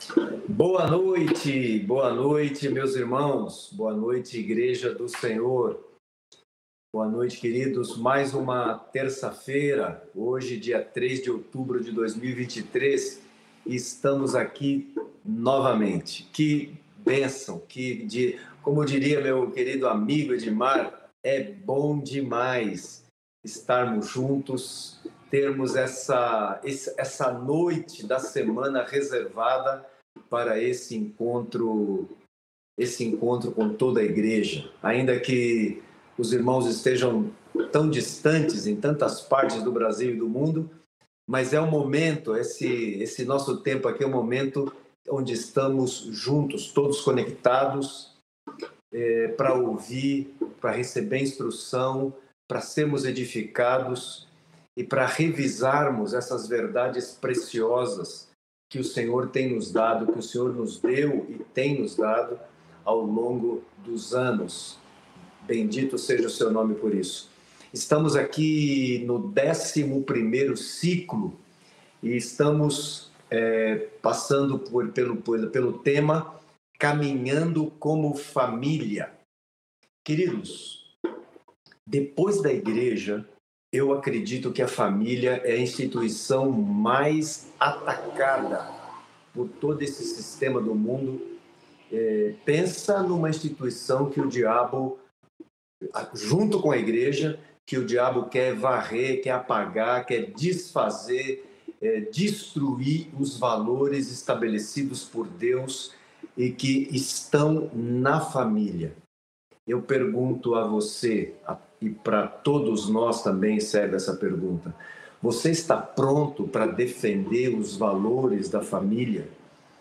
Boa noite, meus irmãos, boa noite, Igreja do Senhor, boa noite, queridos. Mais uma terça-feira, hoje, dia 3 de outubro de 2023, e estamos aqui novamente. Que bênção, como diria meu querido amigo Edmar, é bom demais estarmos juntos, termos essa noite da semana reservada para esse encontro com toda a igreja, ainda que os irmãos estejam tão distantes em tantas partes do Brasil e do mundo, mas é um momento, esse nosso tempo aqui é um momento onde estamos juntos, todos conectados, para ouvir, para receber instrução, para sermos edificados e para revisarmos essas verdades preciosas que o Senhor tem nos dado, que o Senhor nos deu e tem nos dado ao longo dos anos. Bendito seja o seu nome por isso. Estamos aqui no 11º ciclo e estamos passando pelo tema Caminhando como Família. Queridos, depois da igreja, eu acredito que a família é a instituição mais atacada por todo esse sistema do mundo. Pensa numa instituição que o diabo, junto com a igreja, que o diabo quer varrer, quer apagar, quer desfazer, destruir os valores estabelecidos por Deus e que estão na família. Eu pergunto a você, e para todos nós também serve essa pergunta: você está pronto para defender os valores da família?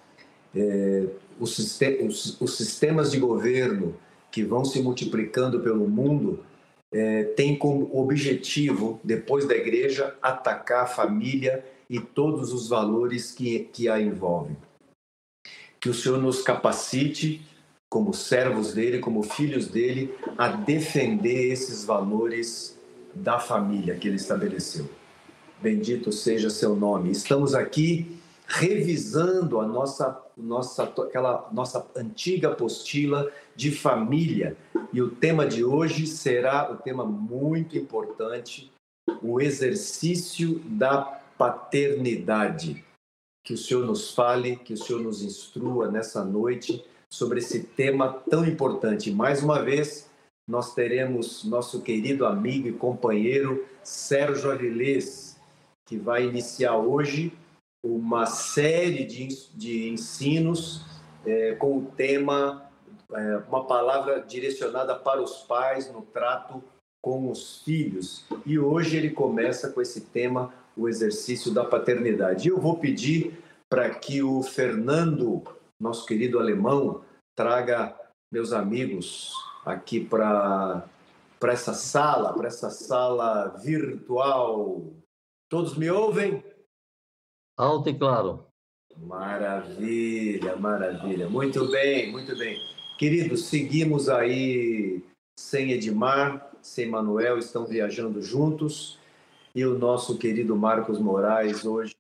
Os sistemas de governo que vão se multiplicando pelo mundo têm como objetivo, depois da igreja, atacar a família e todos os valores que a envolvem. Que o Senhor nos capacite, como servos dele, como filhos dele, a defender esses valores da família que ele estabeleceu. Bendito seja seu nome. Estamos aqui revisando aquela nossa antiga apostila de família. E o tema de hoje será um tema muito importante, o exercício da paternidade. Que o Senhor nos fale, que o Senhor nos instrua nessa noite sobre esse tema tão importante. Mais uma vez, nós teremos nosso querido amigo e companheiro Sérgio Avilés, que vai iniciar hoje uma série de ensinos com o tema, uma palavra direcionada para os pais no trato com os filhos. E hoje ele começa com esse tema, o exercício da paternidade. E eu vou pedir para que o Fernando, nosso querido alemão, traga meus amigos aqui para essa sala virtual. Todos me ouvem? Alto e claro. Maravilha, maravilha. Muito bem, muito bem. Queridos, seguimos aí sem Edmar, sem Manuel, estão viajando juntos. E o nosso querido Marcos Moraes hoje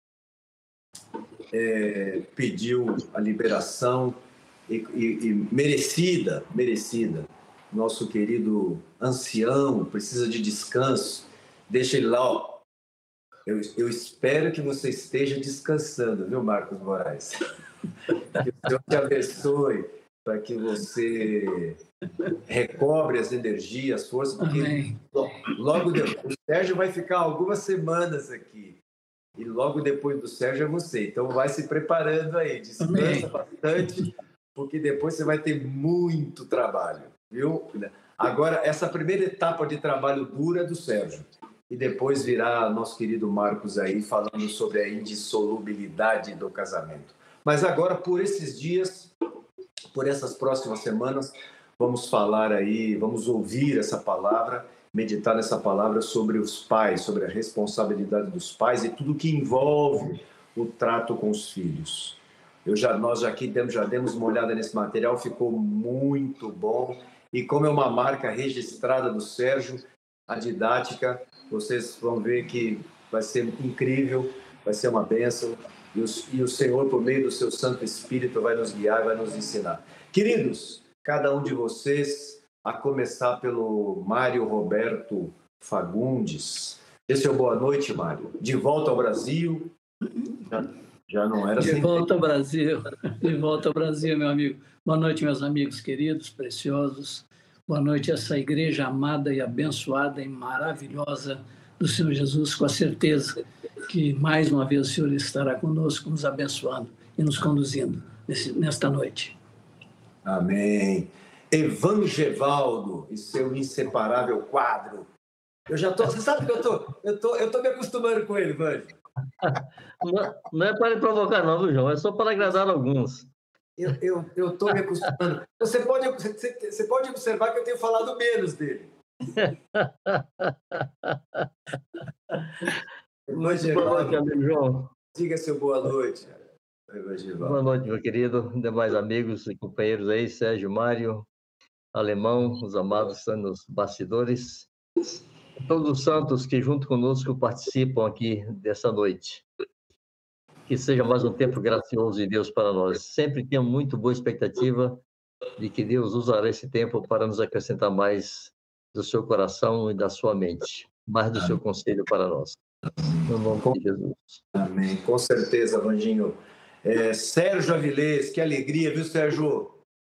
pediu a liberação e merecida. Nosso querido ancião precisa de descanso. Deixa ele lá, ó. Eu espero que você esteja descansando, viu, Marcos Moraes? Que o Senhor te abençoe para que você recobre as energias, as forças, porque logo depois, o Sérgio vai ficar algumas semanas aqui, e logo depois do Sérgio é você, então vai se preparando aí, descansa bastante, porque depois você vai ter muito trabalho, viu? Agora, essa primeira etapa de trabalho dura é do Sérgio, e depois virá nosso querido Marcos aí, falando sobre a indissolubilidade do casamento. Mas agora, por esses dias, por essas próximas semanas, vamos falar aí, vamos ouvir essa palavra, meditar nessa palavra sobre os pais, sobre a responsabilidade dos pais e tudo que envolve o trato com os filhos. Nós aqui já demos uma olhada nesse material, ficou muito bom. E como é uma marca registrada do Sérgio, a didática, vocês vão ver que vai ser incrível, vai ser uma bênção. E o Senhor, por meio do seu Santo Espírito, vai nos guiar, vai nos ensinar. Queridos, cada um de vocês, a começar pelo Mário Roberto Fagundes. Esse é o boa noite, Mário. De volta ao Brasil. Já não era De sem volta ao Brasil. De volta ao Brasil, meu amigo. Boa noite, meus amigos queridos, preciosos. Boa noite, essa igreja amada e abençoada e maravilhosa do Senhor Jesus, com a certeza que mais uma vez o Senhor estará conosco, nos abençoando e nos conduzindo nesta noite. Amém. Evangevaldo e seu inseparável quadro. Você sabe que eu tô me acostumando com ele, Vange. Não é para lhe provocar, não, viu, João? É só para agradar alguns. Eu tô me acostumando. Você pode observar que eu tenho falado menos dele. Muito boa noite, amigo João. Diga seu boa noite. Boa noite, meu querido, demais amigos e companheiros aí, Sérgio, Mário, Alemão, os amados estão nos bastidores, todos os santos que junto conosco participam aqui dessa noite. Que seja mais um tempo gracioso de Deus para nós. Sempre tenho muito boa expectativa de que Deus usará esse tempo para nos acrescentar mais do seu coração e da sua mente, mais do seu conselho para nós. No nome de Jesus. Amém. Com certeza, Vanginho. Sérgio Avilés, que alegria, viu, Sérgio?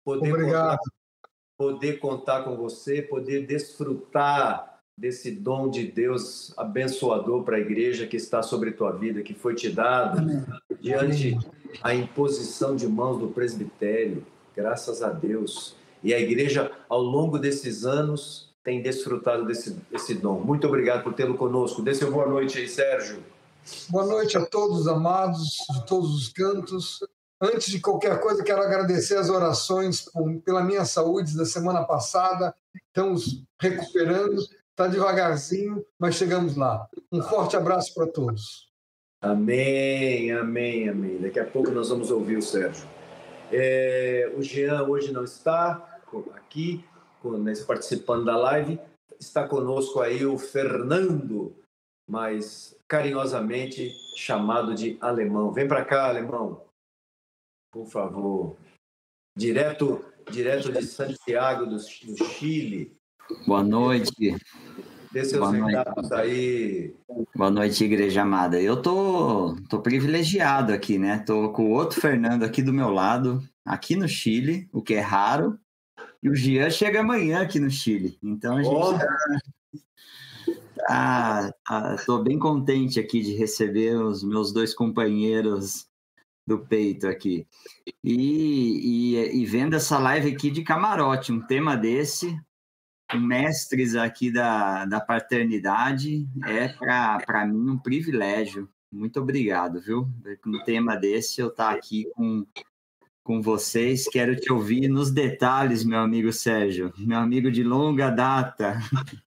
Poder contar com você, poder desfrutar desse dom de Deus abençoador para a igreja que está sobre tua vida, que foi te dado diante a imposição de mãos do presbitério. Graças a Deus. E a igreja, ao longo desses anos, tem desfrutado desse dom. Muito obrigado por tê-lo conosco. Dê seu boa noite aí, Sérgio. Boa noite a todos, amados, de todos os cantos. Antes de qualquer coisa, quero agradecer as orações pela minha saúde da semana passada. Estamos recuperando, está devagarzinho, mas chegamos lá. Um forte abraço para todos. Amém, amém, amém. Daqui a pouco nós vamos ouvir o Sérgio. O Jean hoje não está aqui, participando da live. Está conosco aí o Fernando, mas carinhosamente chamado de Alemão. Vem para cá, Alemão, por favor. Direto de Santiago do Chile. Boa noite. Dê seus recados aí. Boa noite, igreja amada. Eu tô privilegiado aqui, né? Tô com o outro Fernando aqui do meu lado, aqui no Chile, o que é raro. E o Jean chega amanhã aqui no Chile. Então a gente tô bem contente aqui de receber os meus dois companheiros do peito aqui. E vendo essa live aqui de camarote, um tema desse, com mestres aqui da paternidade, é para mim um privilégio. Muito obrigado, viu? Um tema desse, eu estar aqui com vocês. Quero te ouvir nos detalhes, meu amigo Sérgio, meu amigo de longa data.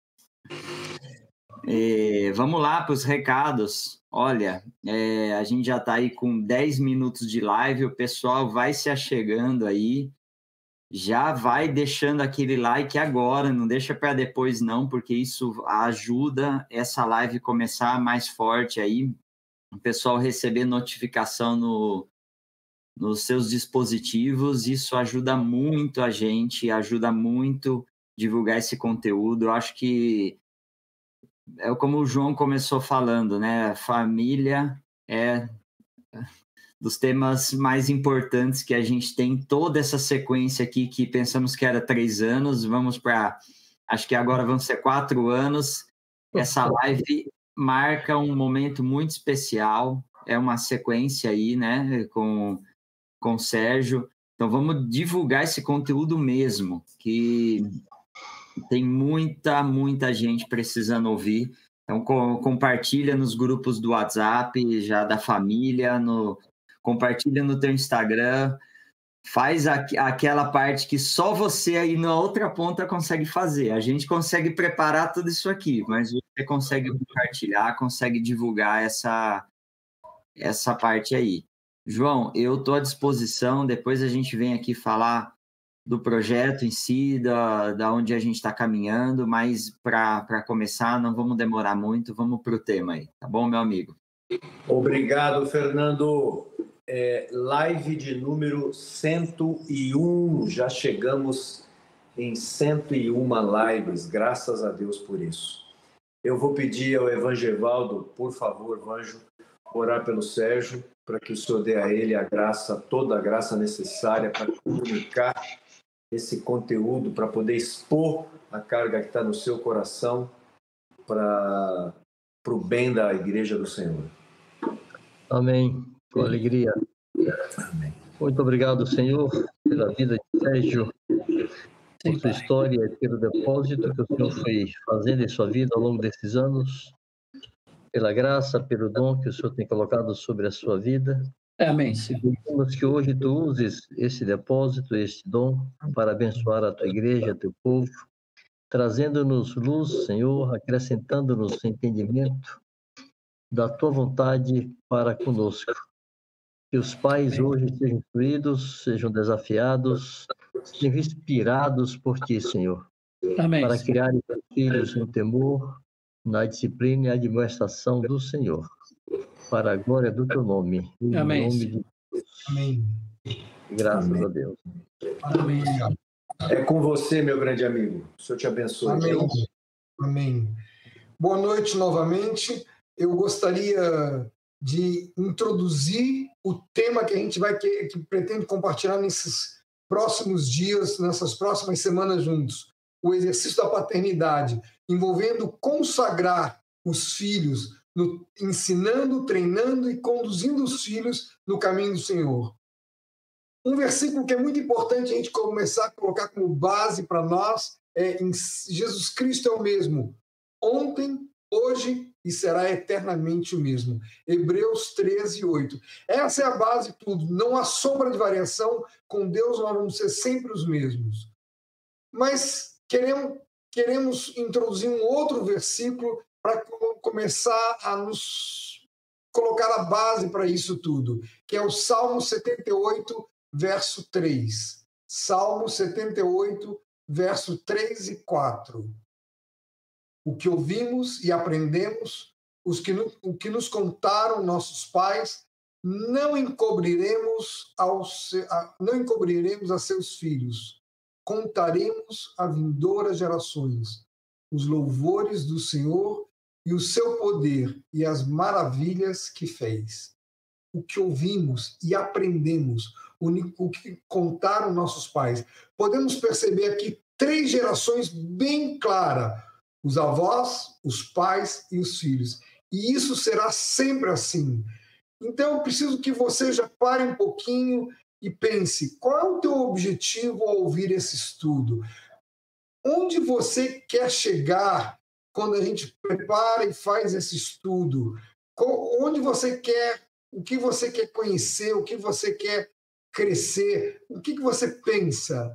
Vamos lá para os recados. Olha, a gente já está aí com 10 minutos de live, o pessoal vai se achegando aí, já vai deixando aquele like agora, não deixa para depois não, porque isso ajuda essa live começar mais forte aí, o pessoal receber notificação nos seus dispositivos, isso ajuda muito a gente, ajuda muito divulgar esse conteúdo. Eu acho que é como o João começou falando, né? Família é dos temas mais importantes que a gente tem, toda essa sequência aqui que pensamos que era 3 anos, vamos para, acho que agora vão ser 4 anos. Essa live marca um momento muito especial, é uma sequência aí, né? Com o Sérgio. Então vamos divulgar esse conteúdo mesmo, que tem muita gente precisando ouvir. Então, compartilha nos grupos do WhatsApp, já da família, compartilha no teu Instagram, faz aquela parte que só você aí na outra ponta consegue fazer. A gente consegue preparar tudo isso aqui, mas você consegue compartilhar, consegue divulgar essa parte aí. João, eu estou à disposição, depois a gente vem aqui falar do projeto em si, da onde a gente está caminhando, mas para começar, não vamos demorar muito, vamos para o tema aí, tá bom, meu amigo? Obrigado, Fernando. Live de número 101. Já chegamos em 101 lives. Graças a Deus por isso. Eu vou pedir ao Evangevaldo, por favor, Vanjo, orar pelo Sérgio, para que o Senhor dê a ele a graça, toda a graça necessária para comunicar esse conteúdo, para poder expor a carga que está no seu coração para o bem da Igreja do Senhor. Amém. Com alegria. Amém. Muito obrigado, Senhor, pela vida de Sérgio, por sua história e pelo depósito que o Senhor foi fazendo em sua vida ao longo desses anos, pela graça, pelo dom que o Senhor tem colocado sobre a sua vida. Amém. Pedimos que hoje tu uses esse depósito, esse dom, para abençoar a tua igreja, teu povo, trazendo-nos luz, Senhor, acrescentando-nos entendimento da tua vontade para conosco. Que os pais hoje sejam instruídos, sejam desafiados, sejam inspirados por ti, Senhor. Amém. Para criarem seus filhos no temor, na disciplina e admoestação do Senhor. Para a glória do teu nome. Em Amém. nome de Deus. Amém. Graças Amém. a Deus. Amém. É com você, meu grande amigo. O Senhor te abençoe. Amém. Amém. Boa noite novamente. Eu gostaria de introduzir o tema que a gente que pretende compartilhar nesses próximos dias, nessas próximas semanas juntos. O exercício da paternidade, envolvendo consagrar os filhos, ensinando, treinando e conduzindo os filhos no caminho do Senhor. Um versículo que é muito importante a gente começar a colocar como base para nós é em Jesus Cristo é o mesmo, ontem, hoje e será eternamente o mesmo. Hebreus 13:8. Essa é a base de tudo. Não há sombra de variação. Com Deus nós vamos ser sempre os mesmos. Mas queremos introduzir um outro versículo para começar a nos colocar a base para isso tudo, que é o Salmo 78, verso 3. Salmo 78, verso 3 e 4. O que ouvimos e aprendemos, o que nos contaram nossos pais, não encobriremos a seus filhos. Contaremos a vindouras gerações os louvores do Senhor e o seu poder e as maravilhas que fez. O que ouvimos e aprendemos, o que contaram nossos pais. Podemos perceber aqui 3 gerações bem claras: os avós, os pais e os filhos. E isso será sempre assim. Então, eu preciso que você já pare um pouquinho e pense, qual é o teu objetivo ao ouvir esse estudo? Onde você quer chegar quando a gente prepara e faz esse estudo? Onde você quer, o que você quer conhecer, o que você quer crescer, o que você pensa?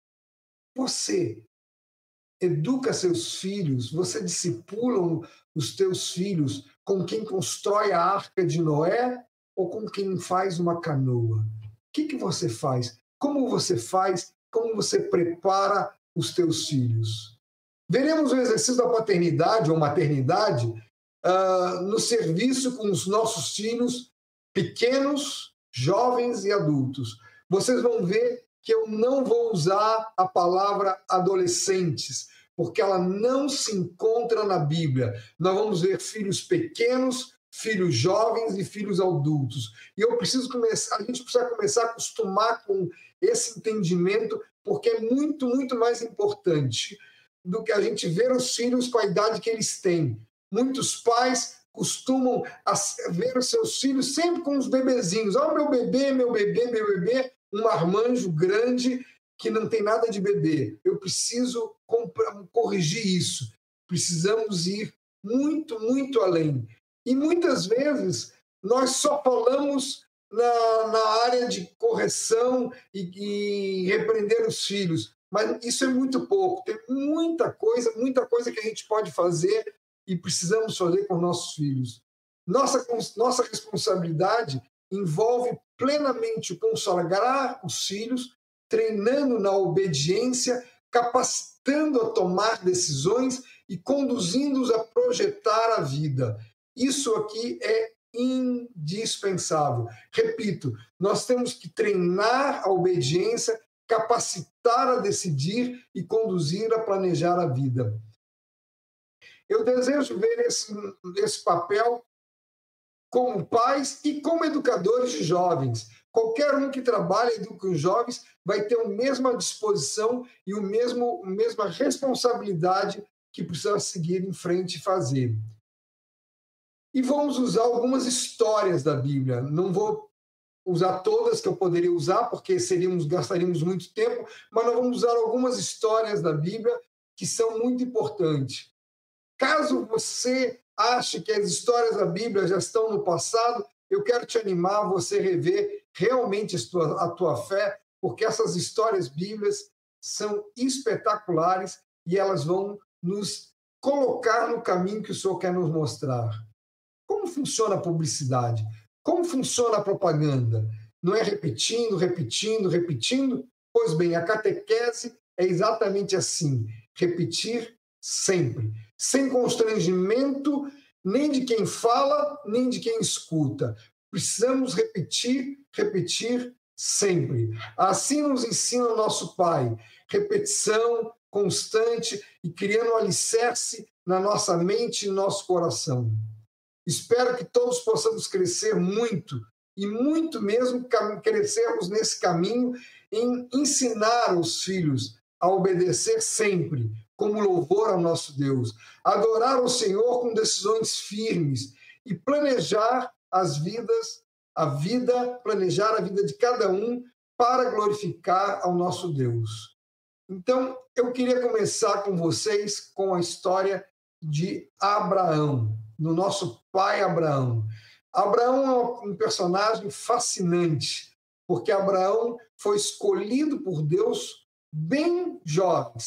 Você educa seus filhos, você discipula os teus filhos com quem constrói a arca de Noé ou com quem faz uma canoa? O que você faz? Como você faz? Como você prepara os teus filhos? Veremos o exercício da paternidade ou maternidade no serviço com os nossos filhos pequenos, jovens e adultos. Vocês vão ver que eu não vou usar a palavra adolescentes, porque ela não se encontra na Bíblia. Nós vamos ver filhos pequenos, filhos jovens e filhos adultos. E a gente precisa começar a acostumar com esse entendimento, porque é muito, muito mais importante do que a gente ver os filhos com a idade que eles têm. Muitos pais costumam ver os seus filhos sempre com os bebezinhos. Oh, meu bebê, meu bebê, meu bebê. Um marmanjo grande que não tem nada de bebê. Eu preciso corrigir isso. Precisamos ir muito, muito além. E muitas vezes nós só falamos na área de correção e repreender os filhos, mas isso é muito pouco. Tem muita coisa que a gente pode fazer e precisamos fazer com nossos filhos. Nossa responsabilidade envolve plenamente consagrar os filhos, treinando na obediência, capacitando a tomar decisões e conduzindo-os a projetar a vida. Isso aqui é indispensável. Repito, nós temos que treinar a obediência, capacitar a decidir e conduzir a planejar a vida. Eu desejo ver esse papel como pais e como educadores de jovens. Qualquer um que trabalha e educa os jovens vai ter a mesma disposição e a mesma responsabilidade que precisa seguir em frente e fazer. E vamos usar algumas histórias da Bíblia. Não vou usar todas que eu poderia usar, porque gastaríamos muito tempo, mas nós vamos usar algumas histórias da Bíblia que são muito importantes. Caso você ache que as histórias da Bíblia já estão no passado, eu quero te animar a você rever realmente a tua fé, porque essas histórias bíblicas são espetaculares e elas vão nos colocar no caminho que o Senhor quer nos mostrar. Como funciona a publicidade? Como funciona a propaganda? Não é repetindo, repetindo, repetindo? Pois bem, a catequese é exatamente assim, repetir sempre, sem constrangimento nem de quem fala, nem de quem escuta. Precisamos repetir, repetir sempre. Assim nos ensina o nosso Pai. Repetição constante e criando um alicerce na nossa mente e no nosso coração. Espero que todos possamos crescer muito, e muito mesmo crescermos nesse caminho em ensinar os filhos a obedecer sempre, como louvor ao nosso Deus, adorar o Senhor com decisões firmes e planejar planejar a vida de cada um para glorificar ao nosso Deus. Então, eu queria começar com vocês com a história de Abraão, do nosso pai Abraão. Abraão é um personagem fascinante, porque Abraão foi escolhido por Deus bem jovem,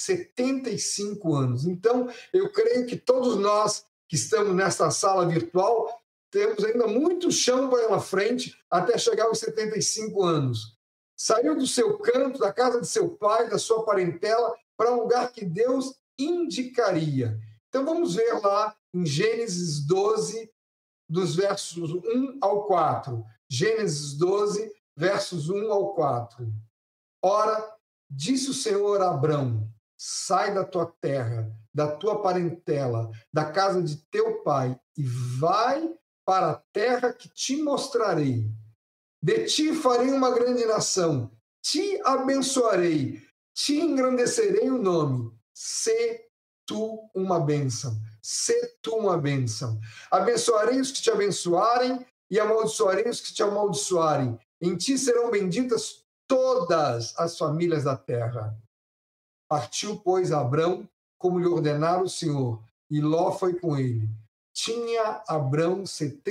75 anos. Então, eu creio que todos nós que estamos nesta sala virtual temos ainda muito chão pela frente até chegar aos 75 anos. Saiu do seu canto, da casa de seu pai, da sua parentela, para um lugar que Deus indicaria. Então, vamos ver lá em Gênesis 12, dos versos 1 ao 4. Gênesis 12, versos 1 ao 4. Ora, disse o Senhor a Abrão: sai da tua terra, da tua parentela, da casa de teu pai, e vai para a terra que te mostrarei. De ti farei uma grande nação, te abençoarei, te engrandecerei o nome. Sê tu uma bênção, sê tu uma bênção. Abençoarei os que te abençoarem e amaldiçoarei os que te amaldiçoarem. Em ti serão benditas todas as famílias da terra. Partiu, pois, Abrão, como lhe ordenara o Senhor, e Ló foi com ele. Tinha Abrão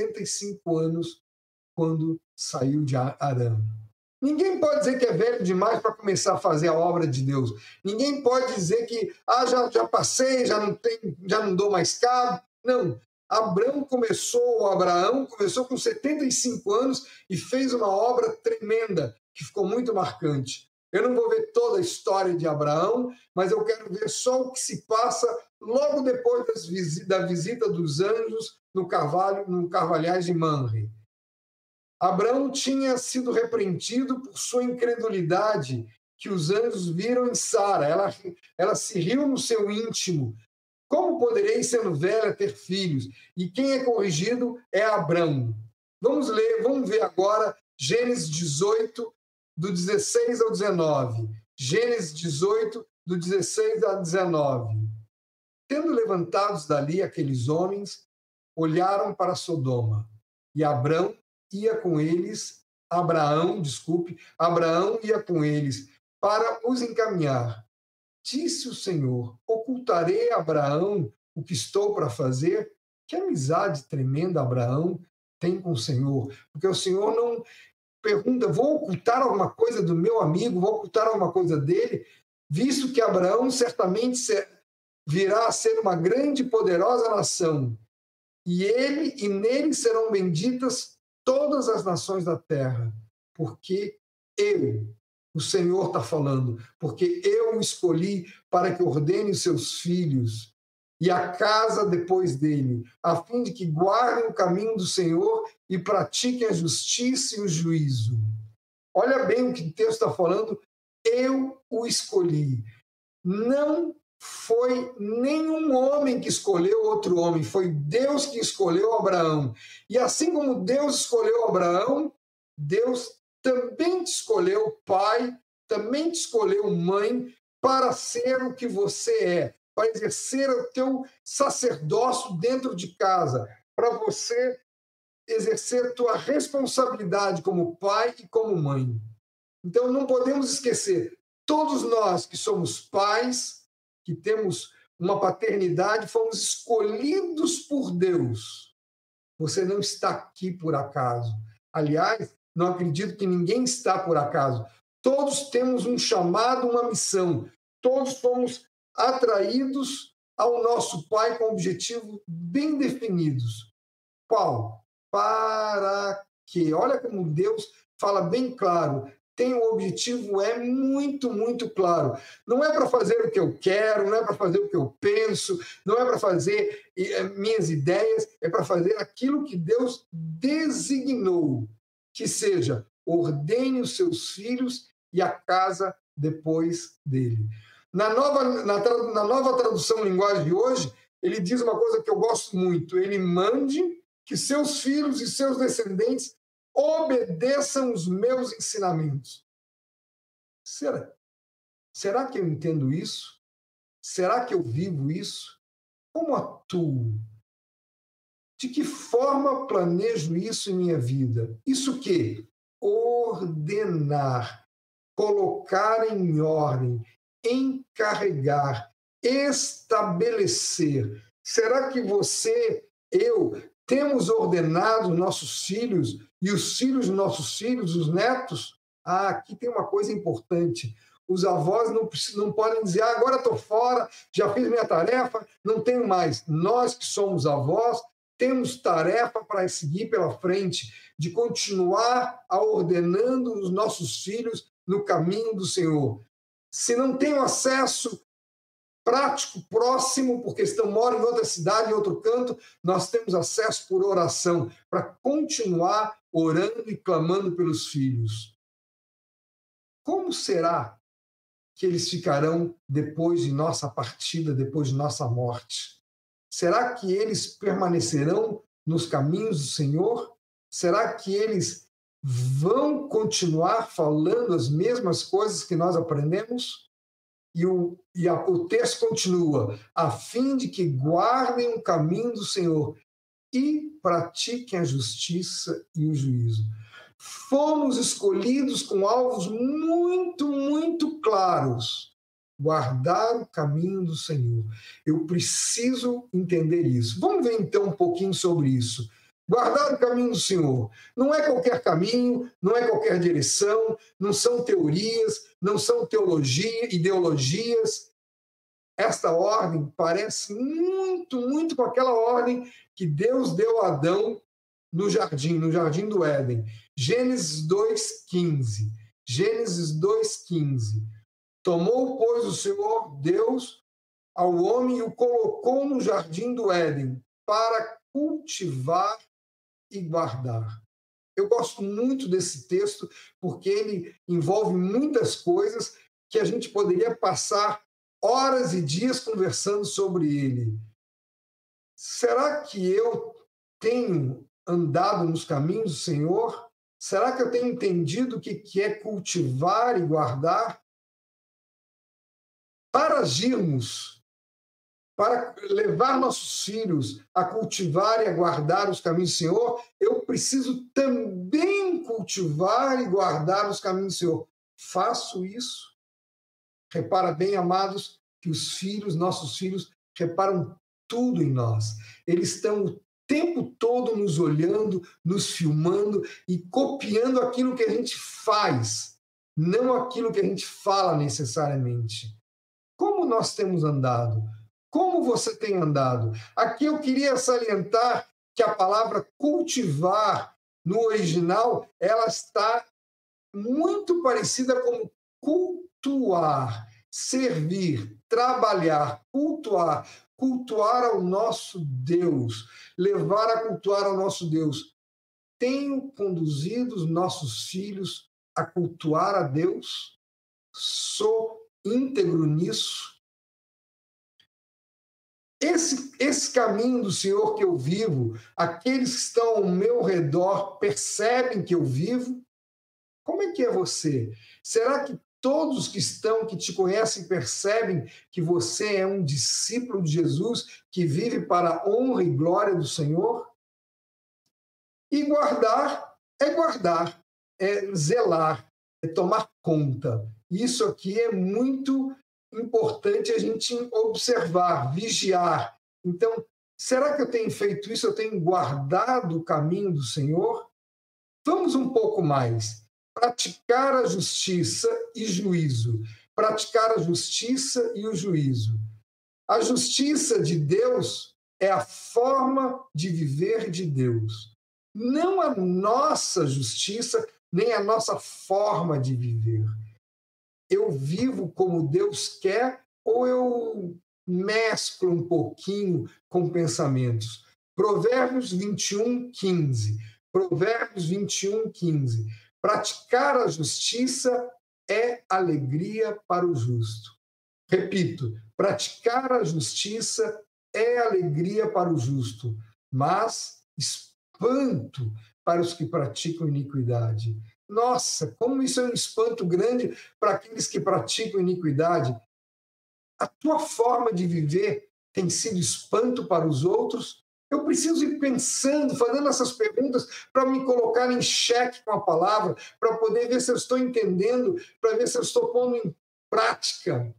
75 anos quando saiu de Harã. Ninguém pode dizer que é velho demais para começar a fazer a obra de Deus. Ninguém pode dizer que já passei, já não dou mais cabo. Não. Abraão começou com 75 anos e fez uma obra tremenda, que ficou muito marcante. Eu não vou ver toda a história de Abraão, mas eu quero ver só o que se passa logo depois da visita dos anjos no Carvalhais de Mamre. Abraão tinha sido repreendido por sua incredulidade, que os anjos viram em Sara. Ela se riu no seu íntimo. Como poderei, sendo velha, ter filhos? E quem é corrigido é Abrão. Vamos ver agora Gênesis 18, do 16 ao 19. Gênesis 18, do 16 ao 19. Tendo levantados dali aqueles homens, olharam para Sodoma, e Abraão ia com eles para os encaminhar. Disse o Senhor: ocultarei a Abraão o que estou para fazer? Que amizade tremenda Abraão tem com o Senhor, porque o Senhor não pergunta: vou ocultar alguma coisa do meu amigo, vou ocultar alguma coisa dele, visto que Abraão certamente virá a ser uma grande e poderosa nação, e nele serão benditas todas as nações da terra, porque o Senhor está falando, porque eu o escolhi para que ordene os seus filhos e a casa depois dele, a fim de que guardem o caminho do Senhor e pratiquem a justiça e o juízo. Olha bem o que o texto está falando. Eu o escolhi. Não foi nenhum homem que escolheu outro homem, foi Deus que escolheu Abraão. E assim como Deus escolheu Abraão, Deus também te escolheu pai, também te escolheu mãe, para ser o que você é, para exercer o teu sacerdócio dentro de casa, para você exercer tua responsabilidade como pai e como mãe. Então não podemos esquecer, todos nós que somos pais, que temos uma paternidade, fomos escolhidos por Deus. Você não está aqui por acaso. Aliás, não acredito que ninguém está por acaso. Todos temos um chamado, uma missão. Todos fomos atraídos ao nosso Pai com objetivos bem definidos. Qual? Para quê? Olha como Deus fala bem claro. Tem um objetivo, é muito, muito claro. Não é para fazer o que eu quero, não é para fazer o que eu penso, não é para fazer minhas ideias, é para fazer aquilo que Deus designou, que seja, ordene os seus filhos e a casa depois dele. Na nova tradução linguagem de hoje, ele diz uma coisa que eu gosto muito, ele mande que seus filhos e seus descendentes obedeçam os meus ensinamentos. Será que eu entendo isso? Será que eu vivo isso? Como atuo? De que forma planejo isso em minha vida? Isso o quê? Ordenar, colocar em ordem, encarregar, estabelecer. Será que você, eu, temos ordenado nossos filhos e os filhos dos nossos filhos, os netos? Aqui tem uma coisa importante. Os avós não podem dizer, agora estou fora, já fiz minha tarefa, não tenho mais. Nós que somos avós, temos tarefa para seguir pela frente, de continuar ordenando os nossos filhos no caminho do Senhor. Se não tenho acesso prático, próximo, porque moram em outra cidade, em outro canto, nós temos acesso por oração, para continuar orando e clamando pelos filhos. Como será que eles ficarão depois de nossa partida, depois de nossa morte? Será que eles permanecerão nos caminhos do Senhor? Será que eles vão continuar falando as mesmas coisas que nós aprendemos? E o texto continua, a fim de que guardem o caminho do Senhor e pratiquem a justiça e o juízo. Fomos escolhidos com alvos muito, muito claros. Guardar o caminho do Senhor. Eu preciso entender isso. Vamos ver então um pouquinho sobre isso. Guardar o caminho do Senhor. Não é qualquer caminho, não é qualquer direção, não são teorias, não são ideologias. Esta ordem parece muito, muito com aquela ordem que Deus deu a Adão no jardim do Éden. Gênesis 2:15. Gênesis 2:15. Tomou, pois, o Senhor Deus ao homem e o colocou no jardim do Éden para cultivar e guardar. Eu gosto muito desse texto porque ele envolve muitas coisas que a gente poderia passar horas e dias conversando sobre ele. Será que eu tenho andado nos caminhos do Senhor? Será que eu tenho entendido o que é cultivar e guardar? Para agirmos, para levar nossos filhos a cultivar e a guardar os caminhos do Senhor, eu preciso também cultivar e guardar os caminhos do Senhor. Faço isso? Repara bem, amados, que os filhos, nossos filhos, reparam tudo em nós. Eles estão o tempo todo nos olhando, nos filmando e copiando aquilo que a gente faz, não aquilo que a gente fala necessariamente. Como nós temos andado? Como você tem andado? Aqui eu queria salientar que a palavra cultivar, no original, ela está muito parecida com cultuar, servir, trabalhar, cultuar. cultuar ao nosso Deus, levar a cultuar ao nosso Deus. Tenho conduzido os nossos filhos a cultuar a Deus? Sou íntegro nisso? Esse caminho do Senhor que eu vivo, aqueles que estão ao meu redor percebem que eu vivo? Como é que é você? Será que todos que te conhecem percebem que você é um discípulo de Jesus que vive para a honra e glória do Senhor? E guardar, é zelar, é tomar conta. Isso aqui é muito importante a gente observar, vigiar. Então, será que eu tenho feito isso? Eu tenho guardado o caminho do Senhor? Vamos um pouco mais. Praticar a justiça e juízo. Praticar a justiça e o juízo. A justiça de Deus é a forma de viver de Deus. Não a nossa justiça, nem a nossa forma de viver. Eu vivo como Deus quer ou eu mesclo um pouquinho com pensamentos? Provérbios 21, 15. Provérbios 21, 15. Praticar a justiça é alegria para o justo. Repito, praticar a justiça é alegria para o justo, mas espanto para os que praticam iniquidade. Nossa, como isso é um espanto grande para aqueles que praticam iniquidade. A tua forma de viver tem sido espanto para os outros? Eu preciso ir pensando, fazendo essas perguntas para me colocar em xeque com a palavra, para poder ver se eu estou entendendo, para ver se eu estou pondo em prática.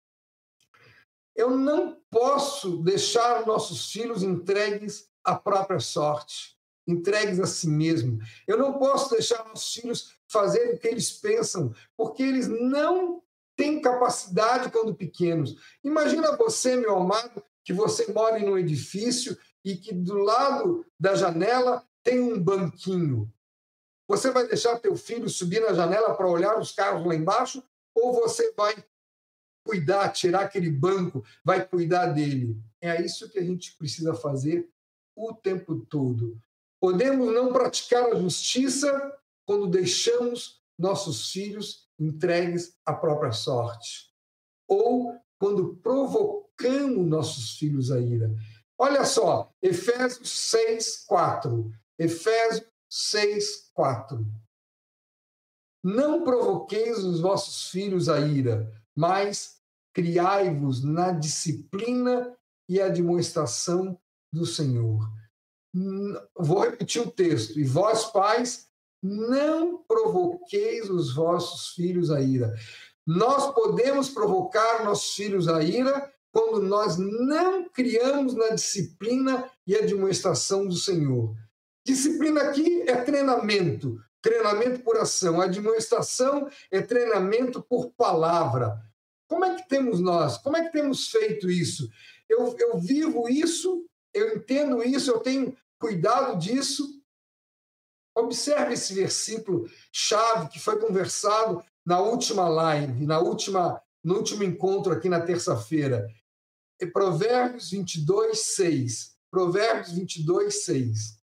Eu não posso deixar nossos filhos entregues à própria sorte, entregues a si mesmo. Eu não posso deixar nossos filhos fazerem o que eles pensam, porque eles não têm capacidade quando pequenos. Imagina você, meu amado, que você mora em um edifício e que do lado da janela tem um banquinho. Você vai deixar teu filho subir na janela para olhar os carros lá embaixo? Ou você vai cuidar, tirar aquele banco, vai cuidar dele? É isso que a gente precisa fazer o tempo todo. Podemos não praticar a justiça quando deixamos nossos filhos entregues à própria sorte. Ou quando provocamos nossos filhos à ira. Olha só, Efésios 6, 4. Efésios 6, 4. Não provoqueis os vossos filhos à ira, mas criai-vos na disciplina e admoestação do Senhor. Vou repetir o texto. E vós, pais, não provoqueis os vossos filhos à ira. Nós podemos provocar nossos filhos à ira quando nós não criamos na disciplina e admoestação do Senhor. Disciplina aqui é treinamento, treinamento por ação. Admoestação é treinamento por palavra. Como é que temos nós? Como é que temos feito isso? Eu vivo isso, eu entendo isso, eu tenho cuidado disso. Observe esse versículo chave que foi conversado na última live, no último encontro aqui na terça-feira. É Provérbios 22, 6. Provérbios 22, 6.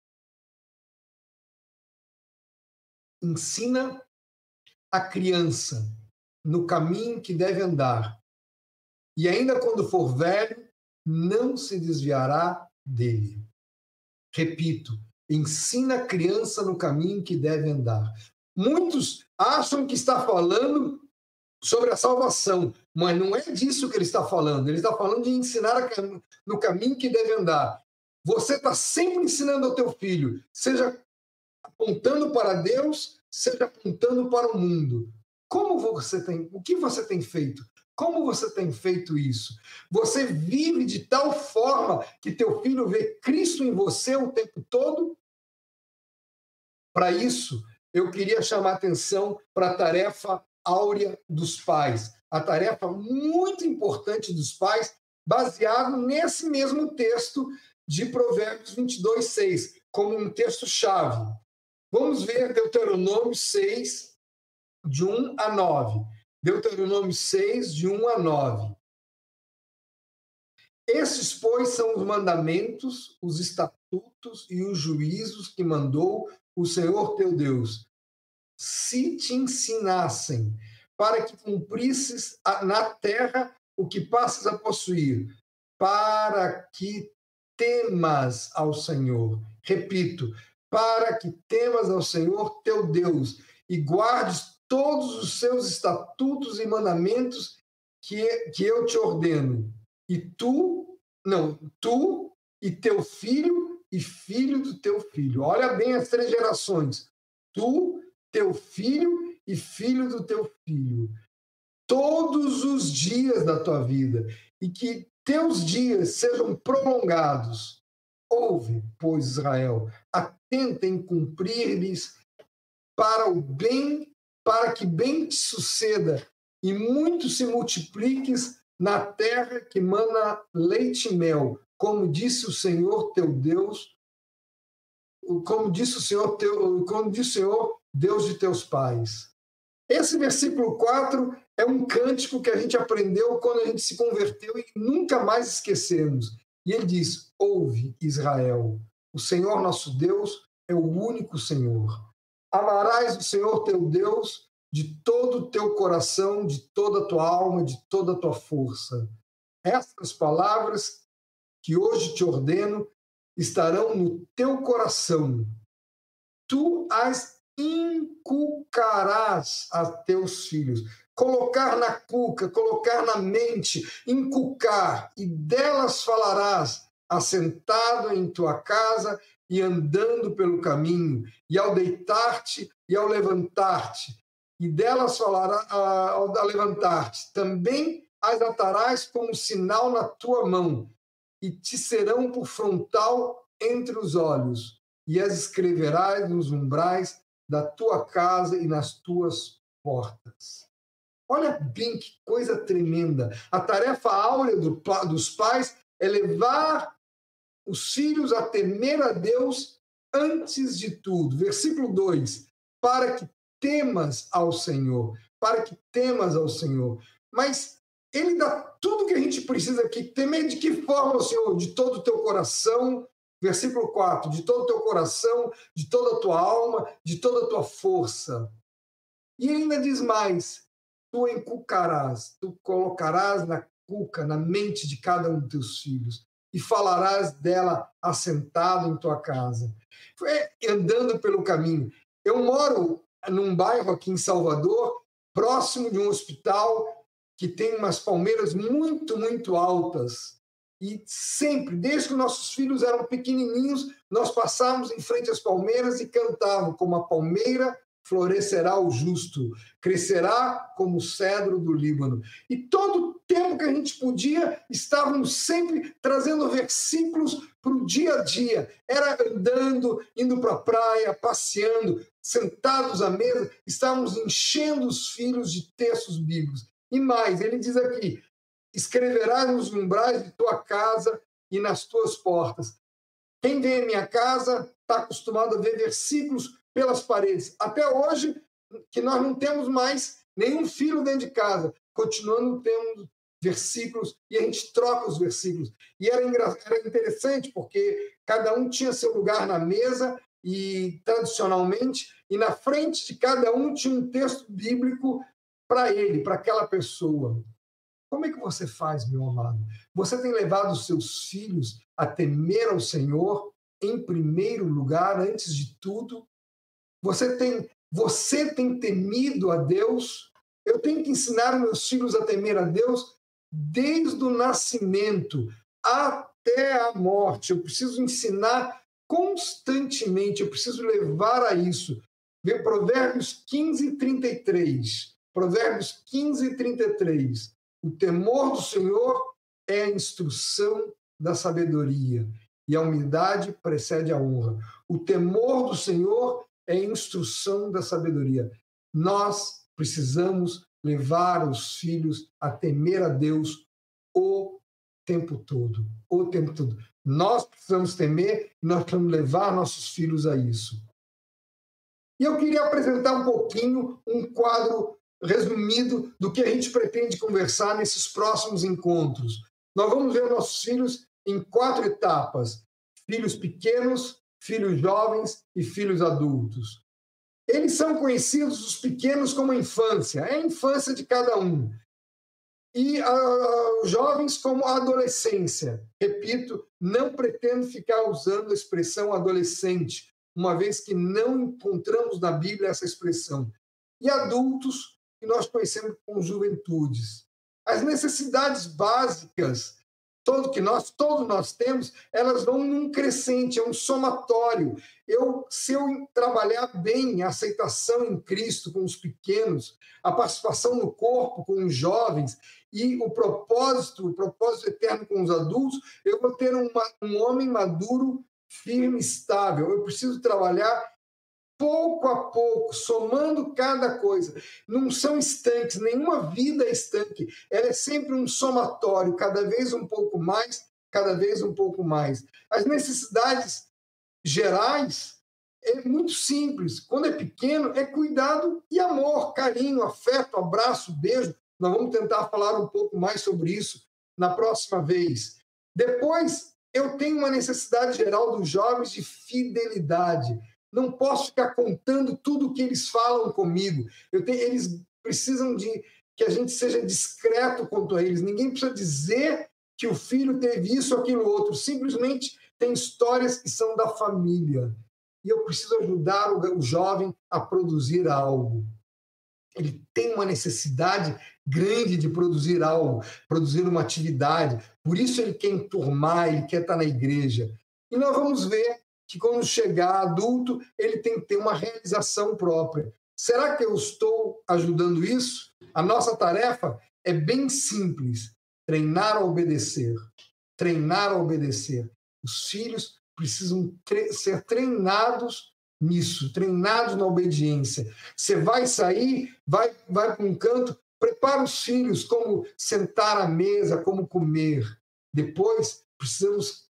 Ensina a criança no caminho que deve andar, e ainda quando for velho, não se desviará dele. Repito, ensina a criança no caminho que deve andar. Muitos acham que está falando sobre a salvação, mas não é disso que ele está falando. Ele está falando de ensinar no caminho que deve andar. Você está sempre ensinando ao teu filho, seja apontando para Deus, seja apontando para o mundo. O que você tem feito? Como você tem feito isso? Você vive de tal forma que teu filho vê Cristo em você o tempo todo? Para isso, eu queria chamar a atenção para a tarefa áurea dos pais. A tarefa muito importante dos pais, baseado nesse mesmo texto de Provérbios 22, 6, como um texto-chave. Vamos ver Deuteronômio 6, de 1 a 9. Deuteronômio 6, de 1 a 9. Esses, pois, são os mandamentos, os estatutos e os juízos que mandou o Senhor teu Deus, se te ensinassem, para que cumprisses na terra o que passas a possuir, para que temas ao Senhor. Repito, para que temas ao Senhor teu Deus e guardes todos os seus estatutos e mandamentos que eu te ordeno. E tu e teu filho e filho do teu filho. Olha bem as 3 gerações. Tu, teu filho e filho do teu filho. Todos os dias da tua vida. E que teus dias sejam prolongados. Ouve, pois, Israel, atenta em cumprir-lhes para o bem, para que bem te suceda e muito se multipliques na terra que mana leite e mel, como disse o Senhor teu Deus, como disse o Senhor Deus de teus pais. Esse versículo 4 é um cântico que a gente aprendeu quando a gente se converteu e nunca mais esquecemos. E ele diz: ouve, Israel, o Senhor nosso Deus é o único Senhor. Amarás o Senhor teu Deus de todo o teu coração, de toda a tua alma, de toda a tua força. Estas palavras que hoje te ordeno estarão no teu coração. Tu as inculcarás a teus filhos. Colocar na cuca, colocar na mente, inculcar, e delas falarás, assentado em tua casa e andando pelo caminho, e ao deitar-te e ao levantar-te. E delas falará ao levantar-te. Também as atarás como sinal na tua mão, e te serão por frontal entre os olhos, e as escreverás nos umbrais da tua casa e nas tuas portas. Olha bem que coisa tremenda. A tarefa áurea dos pais é levar os filhos a temer a Deus antes de tudo. Versículo 2. Para que temas ao Senhor. Para que temas ao Senhor. Mas ele dá tudo que a gente precisa aqui. Temer de que forma, Senhor? De todo o teu coração. Versículo 4. De todo o teu coração, de toda a tua alma, de toda a tua força. E ele ainda diz mais. Tu inculcarás, tu colocarás na cuca, na mente de cada um dos teus filhos, e falarás dela assentado em tua casa, andando pelo caminho. Eu moro num bairro aqui em Salvador, próximo de um hospital que tem umas palmeiras muito, muito altas. E sempre, desde que nossos filhos eram pequenininhos, nós passávamos em frente às palmeiras e cantavam: como a palmeira florescerá o justo, crescerá como o cedro do Líbano. E todo o tempo que a gente podia, estávamos sempre trazendo versículos para o dia a dia. Era andando, indo para a praia, passeando, sentados à mesa, estávamos enchendo os filhos de textos bíblicos. E mais, ele diz aqui: escreverás nos umbrais de tua casa e nas tuas portas. Quem vem à minha casa está acostumado a ver versículos pelas paredes. Até hoje, que nós não temos mais nenhum filho dentro de casa, continuando tendo versículos, e a gente troca os versículos. E era interessante, porque cada um tinha seu lugar na mesa, e tradicionalmente, e na frente de cada um tinha um texto bíblico para ele, para aquela pessoa. Como é que você faz, meu amado? Você tem levado os seus filhos a temer ao Senhor em primeiro lugar, antes de tudo? Você tem temido a Deus? Eu tenho que ensinar meus filhos a temer a Deus desde o nascimento até a morte. Eu preciso ensinar constantemente, eu preciso levar a isso. Vê Provérbios 15, 33. Provérbios 15, 33. O temor do Senhor é a instrução da sabedoria, e a humildade precede a honra. O temor do Senhor é a instrução da sabedoria. Nós precisamos levar os filhos a temer a Deus o tempo todo. O tempo todo. Nós precisamos temer e nós precisamos levar nossos filhos a isso. E eu queria apresentar um pouquinho um quadro resumido do que a gente pretende conversar nesses próximos encontros. Nós vamos ver nossos filhos em 4 etapas: filhos pequenos, filhos jovens e filhos adultos. Eles são conhecidos, os pequenos, como a infância. É a infância de cada um. E os jovens como a adolescência. Repito, não pretendo ficar usando a expressão adolescente, uma vez que não encontramos na Bíblia essa expressão. E adultos, que nós conhecemos como juventudes. As necessidades básicas, todos nós temos, elas vão num crescente, é um somatório. Se eu trabalhar bem a aceitação em Cristo com os pequenos, a participação no corpo com os jovens e o propósito eterno com os adultos, eu vou ter um homem maduro, firme, estável. Eu preciso trabalhar pouco a pouco, somando cada coisa. Não são estanques, nenhuma vida é estanque. Ela é sempre um somatório, cada vez um pouco mais, cada vez um pouco mais. As necessidades gerais é muito simples. Quando é pequeno, é cuidado e amor, carinho, afeto, abraço, beijo. Nós vamos tentar falar um pouco mais sobre isso na próxima vez. Depois, eu tenho uma necessidade geral dos jovens de fidelidade. Não posso ficar contando tudo o que eles falam comigo. Eles precisam de que a gente seja discreto quanto a eles. Ninguém precisa dizer que o filho teve isso ou aquilo outro. Simplesmente tem histórias que são da família. E eu preciso ajudar o jovem a produzir algo. Ele tem uma necessidade grande de produzir algo, produzir uma atividade. Por isso ele quer enturmar, ele quer estar na igreja. E nós vamos ver que quando chegar adulto, ele tem que ter uma realização própria. Será que eu estou ajudando isso? A nossa tarefa é bem simples: treinar a obedecer. Treinar a obedecer. Os filhos precisam ser treinados nisso, treinados na obediência. Você vai sair, vai para um canto, prepara os filhos como sentar à mesa, como comer. Depois, precisamos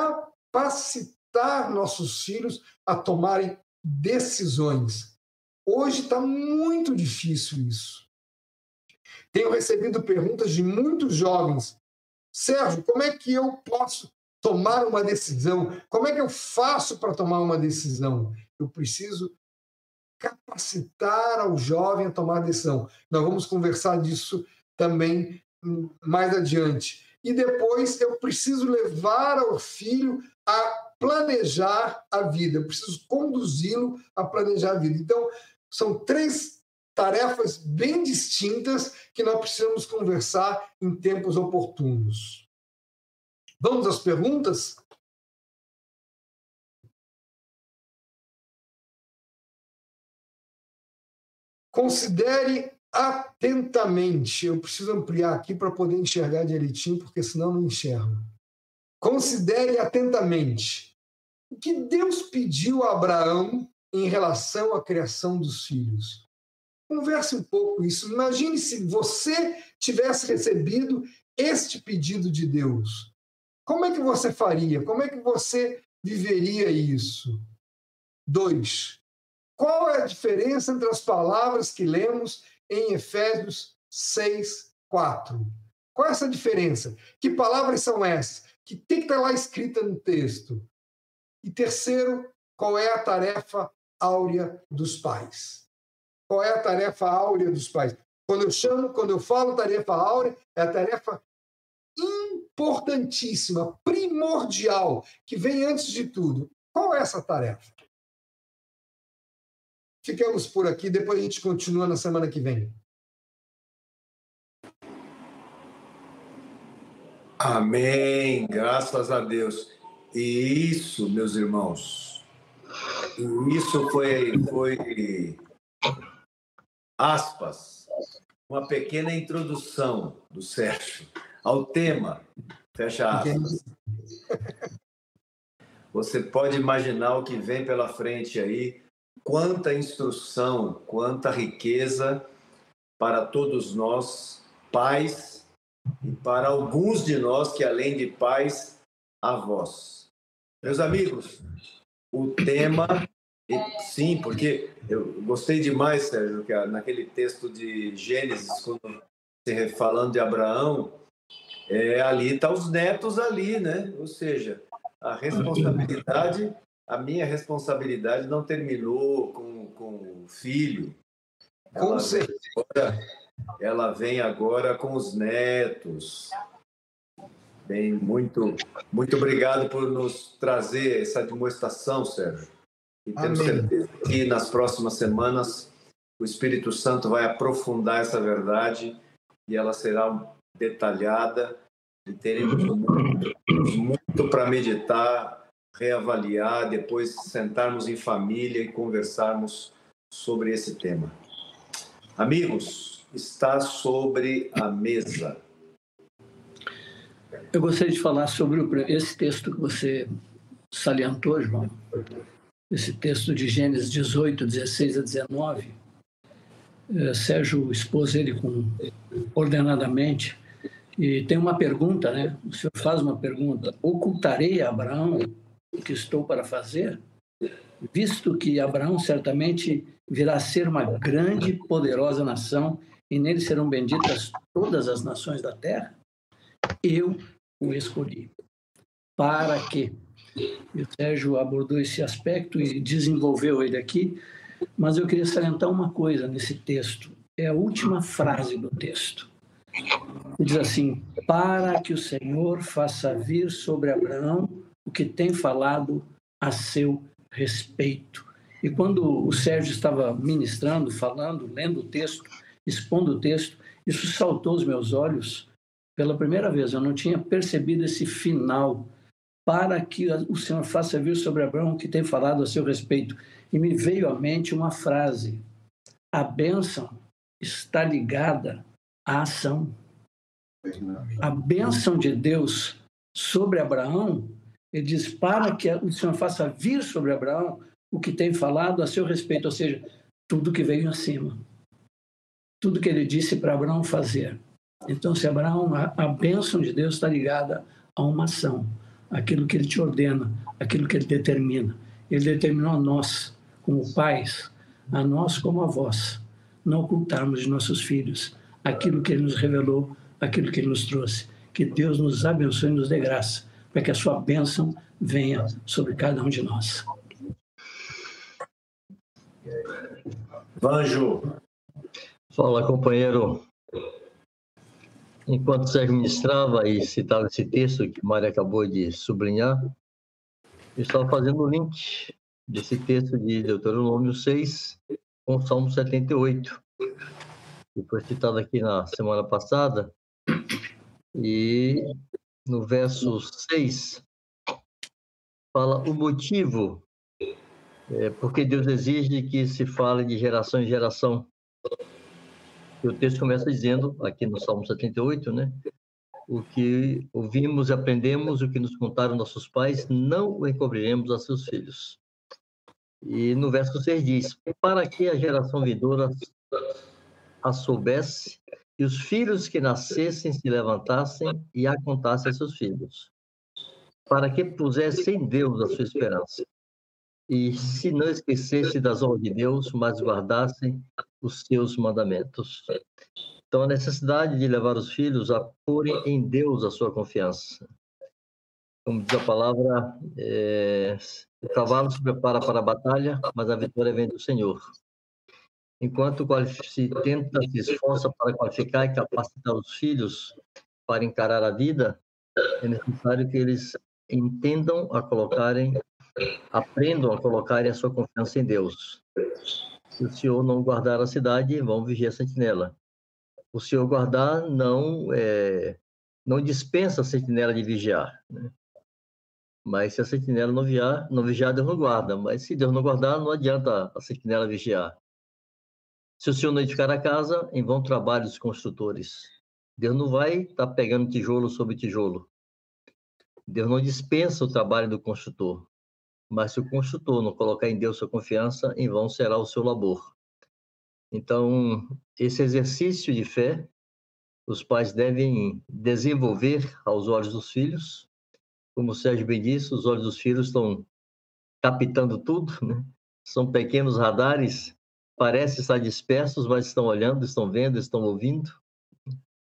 capacitar nossos filhos a tomarem decisões. Hoje está muito difícil isso. Tenho recebido perguntas de muitos jovens. Sérgio, como é que eu posso tomar uma decisão? Como é que eu faço para tomar uma decisão? Eu preciso capacitar ao jovem a tomar decisão. Nós vamos conversar disso também mais adiante. E depois eu preciso levar ao filho a planejar a vida. Eu preciso conduzi-lo a planejar a vida. Então, são 3 tarefas bem distintas que nós precisamos conversar em tempos oportunos. Vamos às perguntas? Considere atentamente. Eu preciso ampliar aqui para poder enxergar direitinho, porque senão não enxergo. Considere atentamente o que Deus pediu a Abraão em relação à criação dos filhos. Converse um pouco isso. Imagine se você tivesse recebido este pedido de Deus. Como é que você faria? Como é que você viveria isso? 2. Qual é a diferença entre as palavras que lemos em Efésios 6:4? Qual é essa diferença? Que palavras são essas? Que tem que estar lá escrita no texto? E 3, qual é a tarefa áurea dos pais? Qual é a tarefa áurea dos pais? Quando eu falo tarefa áurea, é a tarefa importantíssima, primordial, que vem antes de tudo. Qual é essa tarefa? Ficamos por aqui, depois a gente continua na semana que vem. Amém, graças a Deus. E isso, meus irmãos, isso foi aspas, uma pequena introdução do Sérgio ao tema, fecha aspas. Você pode imaginar o que vem pela frente aí, quanta instrução, quanta riqueza para todos nós, pais, e para alguns de nós que, além de pais, avós. Meus amigos, o tema... Sim, porque eu gostei demais, Sérgio, que naquele texto de Gênesis, quando falando de Abraão, Ali está os netos ali, né? Ou seja, a minha responsabilidade não terminou com o filho. Ela vem agora com os netos. Bem, muito obrigado por nos trazer essa demonstração, Sérgio. E temos certeza que nas próximas semanas o Espírito Santo vai aprofundar essa verdade e ela será detalhada e teremos muito para meditar, reavaliar, depois sentarmos em família e conversarmos sobre esse tema. Amigos, está sobre a mesa. Eu gostaria de falar sobre esse texto que você salientou, João. Esse texto de Gênesis 18, 16 a 19. Sérgio expôs ele ordenadamente. E tem uma pergunta, né? O senhor faz uma pergunta. Ocultarei a Abraão o que estou para fazer? Visto que Abraão certamente virá a ser uma grande e poderosa nação, e nele serão benditas todas as nações da terra, eu o escolhi. Para quê? E o Sérgio abordou esse aspecto e desenvolveu ele aqui, mas eu queria salientar uma coisa nesse texto. É a última frase do texto. Ele diz assim: para que o Senhor faça vir sobre Abraão o que tem falado a seu respeito. E quando o Sérgio estava ministrando, falando, lendo o texto, expondo o texto, isso saltou aos meus olhos pela primeira vez. Eu não tinha percebido esse final. Para que o Senhor faça vir sobre Abraão o que tem falado a seu respeito. E me veio à mente uma frase: a bênção está ligada à ação. A bênção de Deus sobre Abraão, ele diz, para que o Senhor faça vir sobre Abraão o que tem falado a seu respeito, ou seja, tudo que veio acima. Tudo que ele disse para Abraão fazer. Então, se Abraão, a bênção de Deus está ligada a uma ação. Aquilo que ele te ordena, aquilo que ele determina. Ele determinou a nós, como pais, a nós como avós, não ocultarmos de nossos filhos aquilo que ele nos revelou, aquilo que ele nos trouxe. Que Deus nos abençoe e nos dê graça, para que a sua bênção venha sobre cada um de nós. Vanjo. Fala, companheiro. Enquanto o Sérgio ministrava e citava esse texto que Mário acabou de sublinhar, eu estava fazendo o link desse texto de Deuteronômio 6 com o Salmo 78, que foi citado aqui na semana passada, e no verso 6 fala o motivo, porque Deus exige que se fale de geração em geração. E o texto começa dizendo, aqui no Salmo 78, né? O que ouvimos e aprendemos, o que nos contaram nossos pais, não o encobriremos a seus filhos. E no verso 6 diz, para que a geração vindoura a soubesse e os filhos que nascessem se levantassem e a contassem a seus filhos, para que pusessem em Deus a sua esperança. E se não esquecesse das honras de Deus, mas guardassem os seus mandamentos. Então, a necessidade de levar os filhos a porem em Deus a sua confiança. Como diz a palavra, o cavalo se prepara para a batalha, mas a vitória vem do Senhor. Enquanto se esforça para qualificar e capacitar os filhos para encarar a vida, é necessário que eles aprendam a colocarem a sua confiança em Deus. Se o Senhor não guardar a cidade, vão vigiar a sentinela. O Senhor guardar não dispensa a sentinela de vigiar, né? Mas se a sentinela não vigiar, Deus não guarda. Mas se Deus não guardar, não adianta a sentinela vigiar. Se o Senhor não edificar a casa, em vão trabalham os construtores. Deus não vai estar pegando tijolo sobre tijolo. Deus não dispensa o trabalho do construtor. Mas se o construtor não colocar em Deus sua confiança, em vão será o seu labor. Então, esse exercício de fé, os pais devem desenvolver aos olhos dos filhos. Como o Sérgio bem disse, os olhos dos filhos estão captando tudo, né? São pequenos radares, parecem estar dispersos, mas estão olhando, estão vendo, estão ouvindo.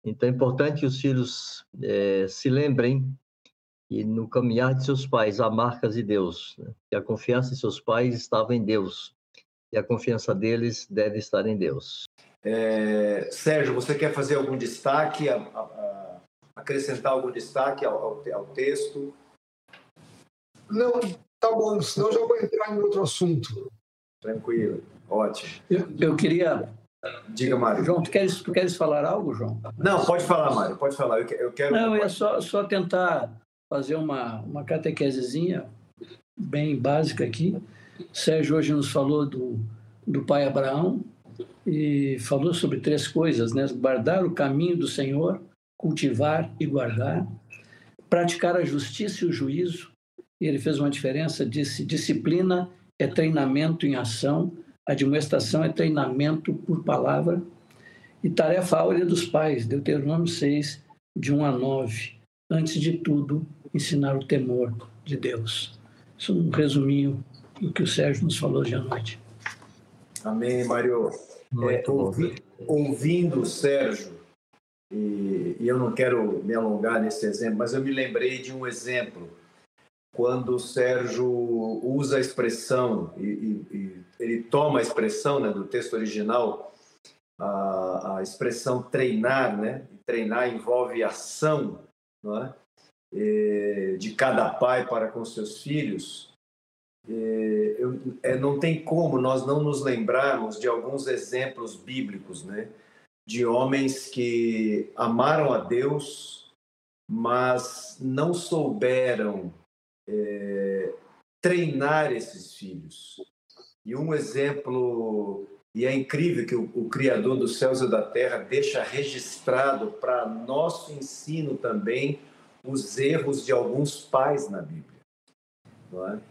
Então, é importante que os filhos se lembrem que no caminhar de seus pais há marcas de Deus, né? Que a confiança de seus pais estava em Deus, e a confiança deles deve estar em Deus. Sérgio, você quer fazer algum destaque, acrescentar algum destaque ao texto? Não, tá bom, senão já vou entrar em outro assunto. Tranquilo, ótimo. Eu queria... Diga, Mário. João, tu queres falar algo, João? Não, pode falar, Mário, pode falar. Eu quero... Não, é só tentar fazer uma catequesezinha bem básica aqui. Sérgio hoje nos falou do pai Abraão e falou sobre 3 coisas, né? Guardar o caminho do Senhor, cultivar e guardar, praticar a justiça e o juízo. E ele fez uma diferença, disse: disciplina é treinamento em ação, admoestação é treinamento por palavra, e tarefa áurea dos pais, Deuteronômio 6, de 1 a 9. Antes de tudo, ensinar o temor de Deus. Isso é um resuminho do que o Sérgio nos falou hoje à noite. Amém, Mário. Ouvindo o Sérgio, e eu não quero me alongar nesse exemplo, mas eu me lembrei de um exemplo, quando o Sérgio usa a expressão, e ele toma a expressão, né, do texto original, a expressão treinar, né? Treinar envolve ação, não é? De cada pai para com seus filhos. Não tem como nós não nos lembrarmos de alguns exemplos bíblicos, né? De homens que amaram a Deus, mas não souberam treinar esses filhos. E um exemplo, e é incrível que o Criador dos céus e da terra deixa registrado para nosso ensino também os erros de alguns pais na Bíblia, não é?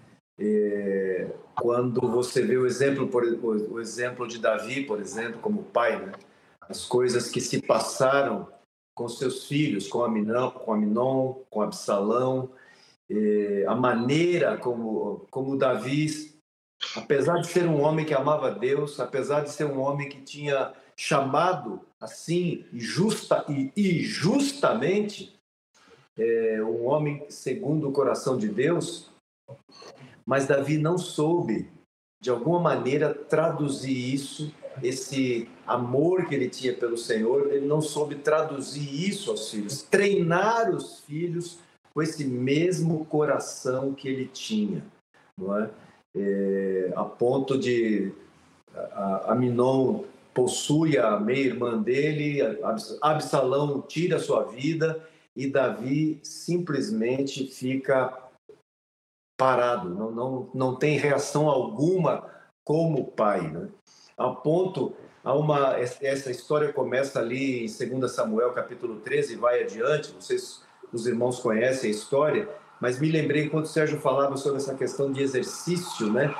Quando você vê o exemplo de Davi, por exemplo, como pai, né? As coisas que se passaram com seus filhos, com Aminon, com Absalão, a maneira como Davi, apesar de ser um homem que amava Deus, apesar de ser um homem que tinha chamado assim, e justamente, um homem segundo o coração de Deus, mas Davi não soube, de alguma maneira, traduzir isso, esse amor que ele tinha pelo Senhor, ele não soube traduzir isso aos filhos, treinar os filhos com esse mesmo coração que ele tinha, não é? A ponto de Aminon possui a meia-irmã dele, Absalão tira a sua vida e Davi simplesmente fica parado, não tem reação alguma como pai, né? A ponto, essa história começa ali em 2 Samuel, capítulo 13, e vai adiante, não sei se os irmãos conhecem a história, mas me lembrei enquanto o Sérgio falava sobre essa questão de exercício, né?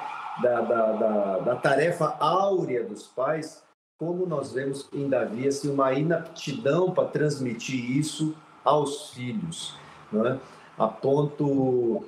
Da tarefa áurea dos pais, como nós vemos em Davi assim, uma inaptidão para transmitir isso aos filhos, não é? A ponto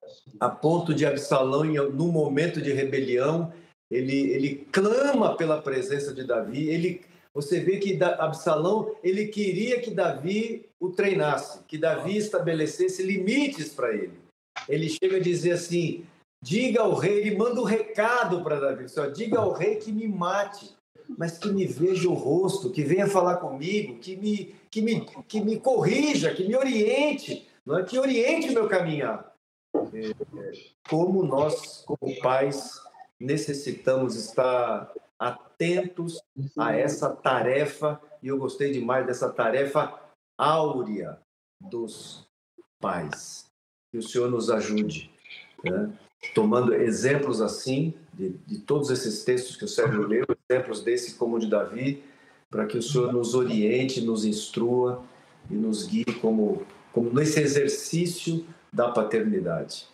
de Absalão, num momento de rebelião, ele clama pela presença de Davi. Você vê que Absalão, ele queria que Davi o treinasse, que Davi estabelecesse limites para ele. Ele chega a dizer assim: diga ao rei, ele manda um recado para Davi, só diga ao rei que me mate, mas que me veja o rosto, que venha falar comigo, que me corrija, que me oriente, não é? Que oriente o meu caminhar. Como nós, como pais, necessitamos estar atentos a essa tarefa, e eu gostei demais dessa tarefa áurea dos pais. Que o Senhor nos ajude, né? Tomando exemplos assim, de todos esses textos que o Sérgio leu, exemplos desse como o de Davi, para que o Senhor nos oriente, nos instrua e nos guie como nesse exercício da paternidade.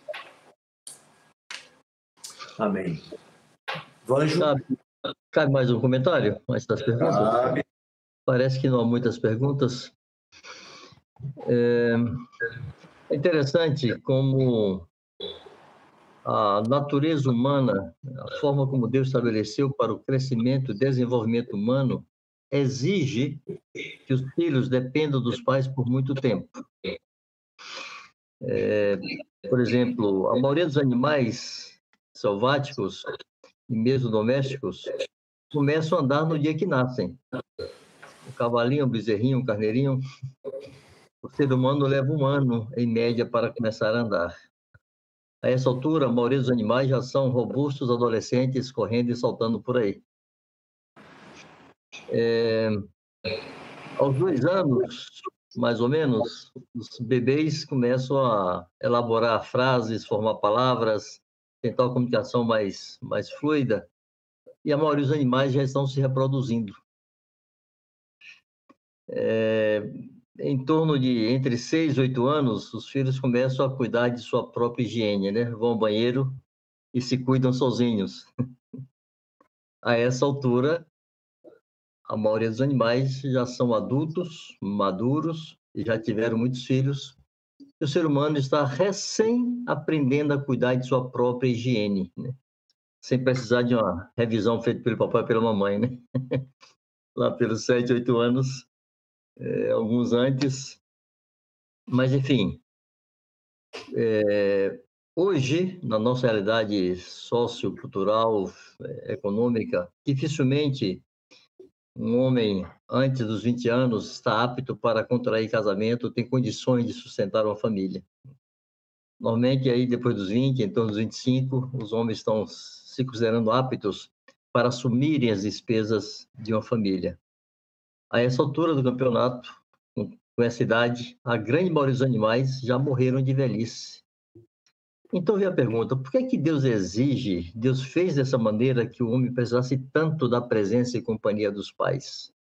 Amém. Vanjo? Cabe mais um comentário antes das perguntas? Cabe. Parece que não há muitas perguntas. É interessante como a natureza humana, a forma como Deus estabeleceu para o crescimento e desenvolvimento humano, exige que os filhos dependam dos pais por muito tempo. Por exemplo, a maioria dos animais selváticos e mesmo domésticos começam a andar no dia que nascem. O cavalinho, o bezerrinho, o carneirinho. O ser humano leva 1 ano, em média, para começar a andar. A essa altura, a maioria dos animais já são robustos adolescentes, correndo e saltando por aí. Aos 2 anos, mais ou menos, os bebês começam a elaborar frases, formar palavras, tentar uma comunicação mais fluida, e a maioria dos animais já estão se reproduzindo. Em torno de entre 6 e 8 anos, os filhos começam a cuidar de sua própria higiene, né? Vão ao banheiro e se cuidam sozinhos. A essa altura, a maioria dos animais já são adultos, maduros, e já tiveram muitos filhos. E o ser humano está recém aprendendo a cuidar de sua própria higiene, né? Sem precisar de uma revisão feita pelo papai e pela mamãe, né? Lá pelos 7, 8 anos, alguns antes. Mas, enfim, hoje, na nossa realidade sociocultural, econômica, dificilmente um homem antes dos 20 anos está apto para contrair casamento, tem condições de sustentar uma família. Normalmente, aí, depois dos 20, em torno dos 25, os homens estão se considerando aptos para assumirem as despesas de uma família. A essa altura do campeonato, com essa idade, a grande maioria dos animais já morreram de velhice. Então vem a pergunta, por que Deus exige, Deus fez dessa maneira que o homem precisasse tanto da presença e companhia dos pais?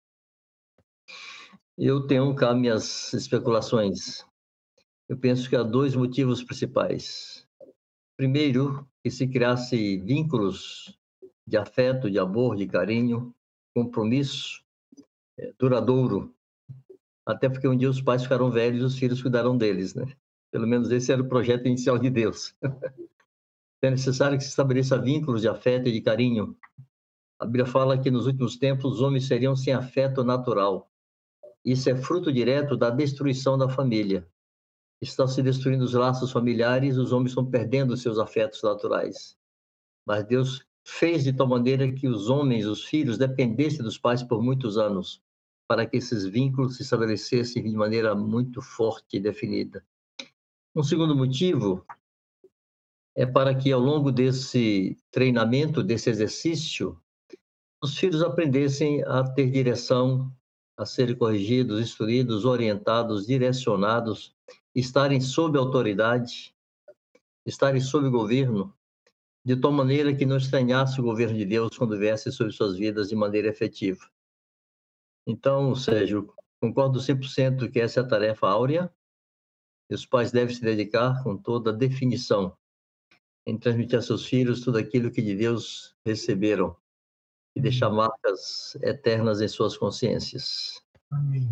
Eu tenho cá minhas especulações. Eu penso que há 2 motivos principais. Primeiro, que se criasse vínculos de afeto, de amor, de carinho, compromisso duradouro. Até porque um dia os pais ficaram velhos e os filhos cuidaram deles, né? Pelo menos esse era o projeto inicial de Deus. É necessário que se estabeleça vínculos de afeto e de carinho. A Bíblia fala que nos últimos tempos os homens seriam sem afeto natural. Isso é fruto direto da destruição da família. Estão se destruindo os laços familiares, os homens estão perdendo os seus afetos naturais. Mas Deus fez de tal maneira que os homens, os filhos, dependessem dos pais por muitos anos, para que esses vínculos se estabelecessem de maneira muito forte e definida. Um segundo motivo é para que, ao longo desse treinamento, desse exercício, os filhos aprendessem a ter direção, a serem corrigidos, instruídos, orientados, direcionados, estarem sob autoridade, estarem sob governo, de tal maneira que não estranhasse o governo de Deus quando viesse sobre suas vidas de maneira efetiva. Então, Sérgio, concordo 100% que essa é a tarefa áurea, e os pais devem se dedicar com toda a definição em transmitir a seus filhos tudo aquilo que de Deus receberam e deixar marcas eternas em suas consciências. Amém.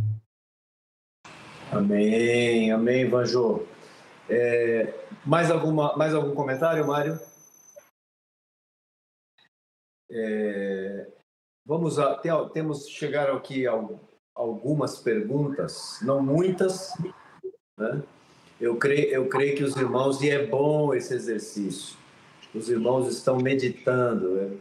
Amém, amém, Vanjô. Mais algum comentário, Mário? Temos chegar aqui a algumas perguntas, não muitas, né? Eu creio que os irmãos, e é bom esse exercício, os irmãos estão meditando.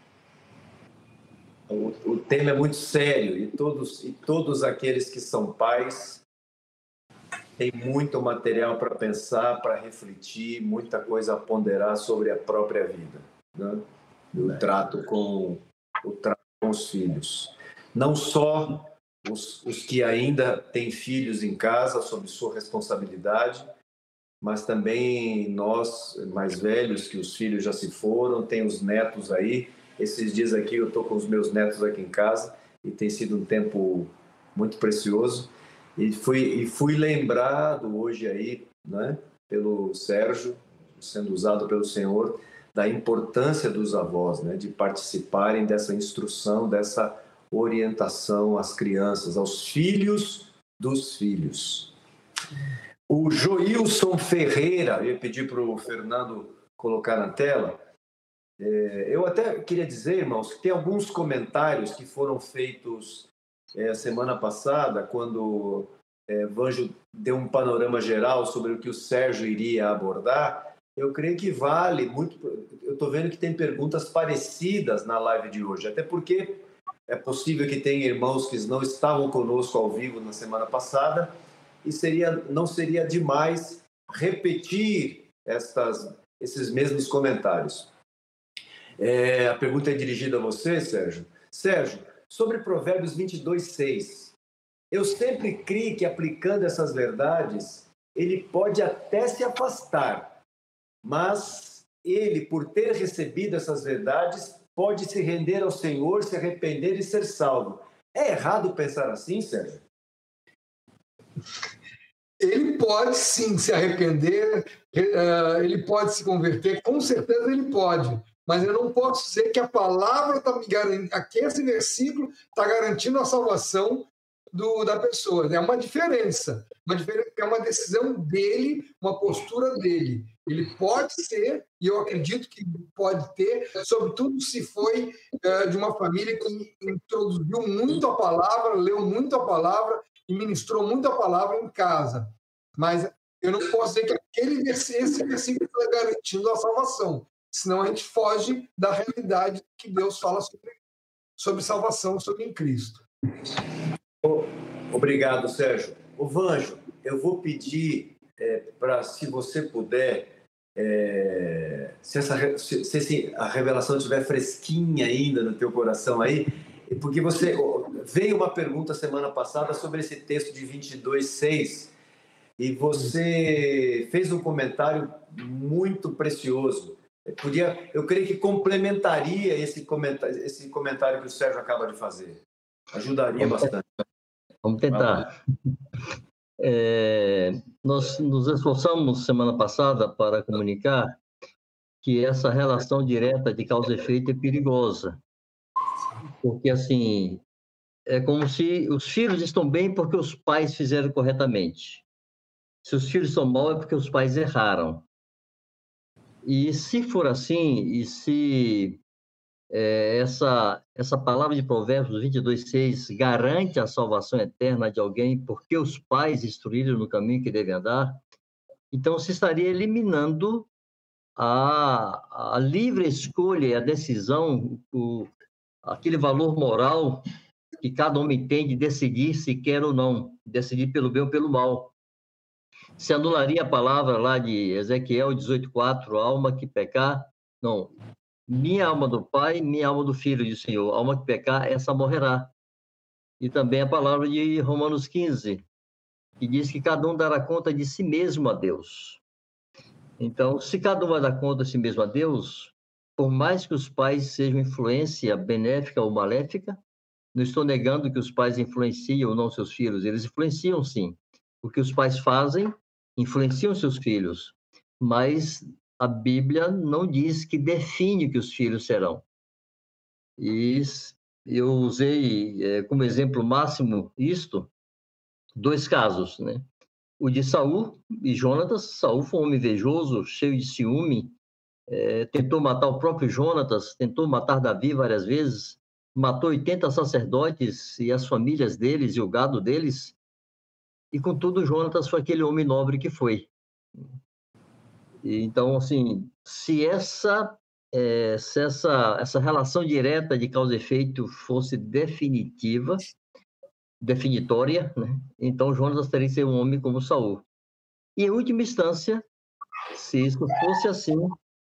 O tema é muito sério e todos aqueles que são pais têm muito material para pensar, para refletir, muita coisa a ponderar sobre a própria vida, né? O trato com os filhos. Não só os que ainda têm filhos em casa sob sua responsabilidade, mas também nós, mais velhos, que os filhos já se foram, tem os netos aí. Esses dias aqui eu estou com os meus netos aqui em casa e tem sido um tempo muito precioso. E fui lembrado hoje aí, né, pelo Sérgio, sendo usado pelo Senhor, da importância dos avós, né, de participarem dessa instrução, dessa orientação às crianças, aos filhos dos filhos. O Joilson Ferreira, eu ia pedir para o Fernando colocar na tela, Eu até queria dizer, irmãos, que tem alguns comentários que foram feitos semana passada, quando Vanjo deu um panorama geral sobre o que o Sérgio iria abordar. Eu creio que vale muito. Eu estou vendo que tem perguntas parecidas na live de hoje, até porque é possível que tenha irmãos que não estavam conosco ao vivo na semana passada, e não seria demais repetir esses mesmos comentários. A pergunta é dirigida a você, Sérgio. Sérgio, sobre Provérbios 22:6, eu sempre criei que, aplicando essas verdades, ele pode até se afastar, mas ele, por ter recebido essas verdades, pode se render ao Senhor, se arrepender e ser salvo. É errado pensar assim, Sérgio? Ele pode sim se arrepender, ele pode se converter, com certeza ele pode. Mas eu não posso dizer que a palavra está me garantindo, aqui esse versículo está garantindo a salvação da pessoa. É uma diferença é uma decisão dele, uma postura dele. Ele pode ser, e eu acredito que pode ter, sobretudo se foi de uma família que introduziu muito a palavra, leu muito a palavra e ministrou muito a palavra em casa. Mas eu não posso dizer que esse versículo está garantindo a salvação. Senão a gente foge da realidade que Deus fala sobre salvação, sobre em Cristo. Obrigado, Sérgio. O Vanjo, eu vou pedir para, se você puder, se a revelação estiver fresquinha ainda no teu coração aí, porque veio uma pergunta semana passada sobre esse texto de 22:6, e você fez um comentário muito precioso. Eu creio que complementaria esse comentário que o Sérgio acaba de fazer. Ajudaria bastante. Vamos tentar. Nós nos esforçamos semana passada para comunicar que essa relação direta de causa e efeito é perigosa. Porque, assim, é como se os filhos estão bem porque os pais fizeram corretamente. Se os filhos estão mal, é porque os pais erraram. E se for assim, e se essa palavra de Provérbios 22:6 garante a salvação eterna de alguém porque os pais instruíram no caminho que deve andar, então se estaria eliminando a livre escolha e a decisão, aquele valor moral que cada homem tem de decidir se quer ou não, decidir pelo bem ou pelo mal. Se anularia a palavra lá de Ezequiel 18:4, alma que pecar, não, minha alma do Pai, minha alma do Filho, diz o Senhor, alma que pecar, essa morrerá. E também a palavra de Romanos 15, que diz que cada um dará conta de si mesmo a Deus. Então, se cada um vai dar conta de si mesmo a Deus, por mais que os pais sejam influência benéfica ou maléfica, não estou negando que os pais influenciam ou não seus filhos, eles influenciam sim. O que os pais fazem, influenciam seus filhos, mas a Bíblia não diz que define o que os filhos serão. E eu usei como exemplo máximo dois casos, né? O de Saul e Jonatas. Saul foi um homem invejoso, cheio de ciúme, tentou matar o próprio Jonatas, tentou matar Davi várias vezes, matou 80 sacerdotes e as famílias deles e o gado deles, e contudo Jonatas foi aquele homem nobre que foi. Então, assim, se essa relação direta de causa e efeito fosse definitória, né? Então Jonatas teria que ser um homem como Saul. E, em última instância, se isso fosse assim,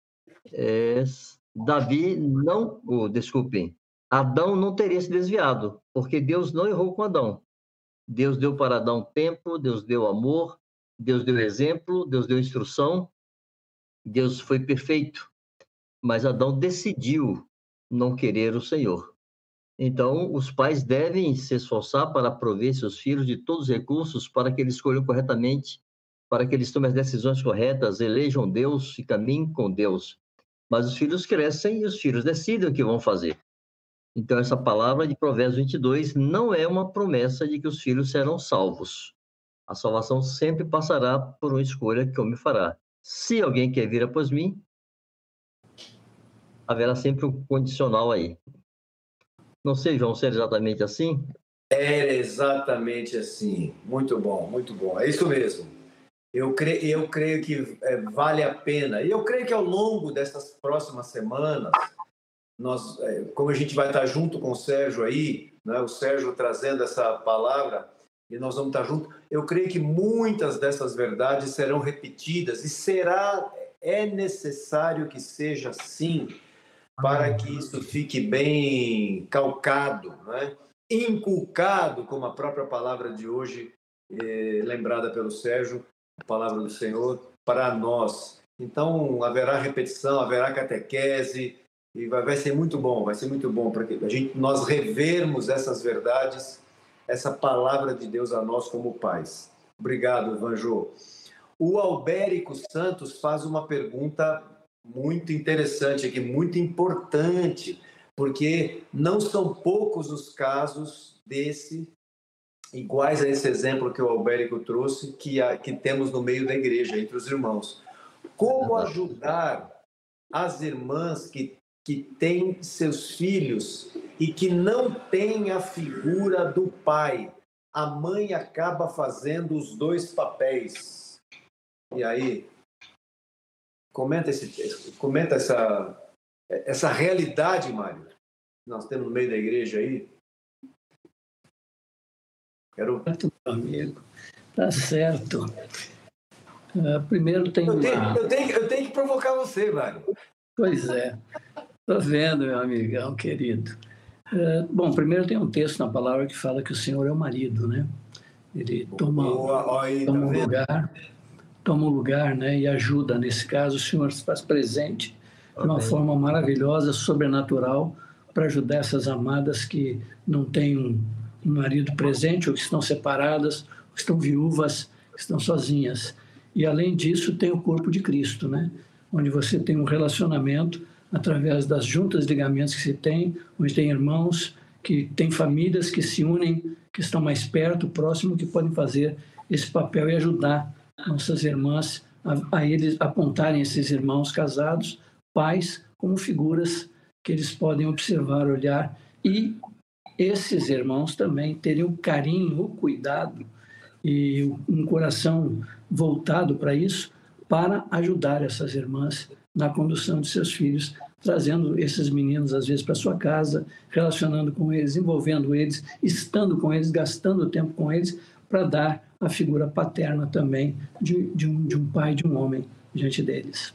Adão não teria se desviado, porque Deus não errou com Adão. Deus deu para Adão tempo, Deus deu amor, Deus deu exemplo, Deus deu instrução, Deus foi perfeito, mas Adão decidiu não querer o Senhor. Então, os pais devem se esforçar para prover seus filhos de todos os recursos para que eles escolham corretamente, para que eles tomem as decisões corretas, elejam Deus e caminhem com Deus. Mas os filhos crescem e os filhos decidem o que vão fazer. Então, essa palavra de Provérbios 22 não é uma promessa de que os filhos serão salvos. A salvação sempre passará por uma escolha que o homem fará. Se alguém quer vir após mim, haverá sempre um condicional aí. Não sei, João, ser exatamente assim? É exatamente assim. Muito bom, muito bom. É isso mesmo. Eu creio que vale a pena. E eu creio que ao longo dessas próximas semanas, nós, como a gente vai estar junto com o Sérgio aí, né, o Sérgio trazendo essa palavra, e nós vamos estar juntos, eu creio que muitas dessas verdades serão repetidas e é necessário que seja assim, para que isso fique bem calcado, né? Inculcado, como a própria palavra de hoje, lembrada pelo Sérgio, a palavra do Senhor, para nós. Então, haverá repetição, haverá catequese, e vai ser muito bom para que nós revermos essas verdades, essa palavra de Deus a nós como pais. Obrigado, Vanjô. O Albérico Santos faz uma pergunta muito interessante aqui, muito importante, porque não são poucos os casos iguais a esse exemplo que o Albérico trouxe, que temos no meio da igreja, entre os irmãos. Como ajudar as irmãs que têm seus filhos e que não têm a figura do pai? A mãe acaba fazendo os dois papéis. E aí, comenta essa realidade, Mário, que nós temos no meio da igreja aí. Meu amigo, tá certo. Primeiro tem eu tenho que provocar você, Mário. Pois é. Estou vendo, meu amigão querido. Bom, primeiro tem um texto na palavra que fala que o Senhor é o marido, né? Ele toma um lugar, né? E ajuda. Nesse caso, o Senhor se faz presente de uma forma maravilhosa, sobrenatural, para ajudar essas amadas que não têm um marido presente, ou que estão separadas, ou que estão viúvas, que estão sozinhas. E, além disso, tem o corpo de Cristo, né? Onde você tem um relacionamento através das juntas de ligamentos que se tem, onde tem irmãos, que tem famílias que se unem, que estão mais perto, próximo, que podem fazer esse papel e ajudar nossas irmãs a eles apontarem esses irmãos casados, pais, como figuras que eles podem observar, olhar, e esses irmãos também terem o carinho, o cuidado e um coração voltado para isso, para ajudar essas irmãs na condução de seus filhos, trazendo esses meninos, às vezes, para sua casa, relacionando com eles, envolvendo eles, estando com eles, gastando tempo com eles, para dar a figura paterna também de um pai, de um homem diante deles.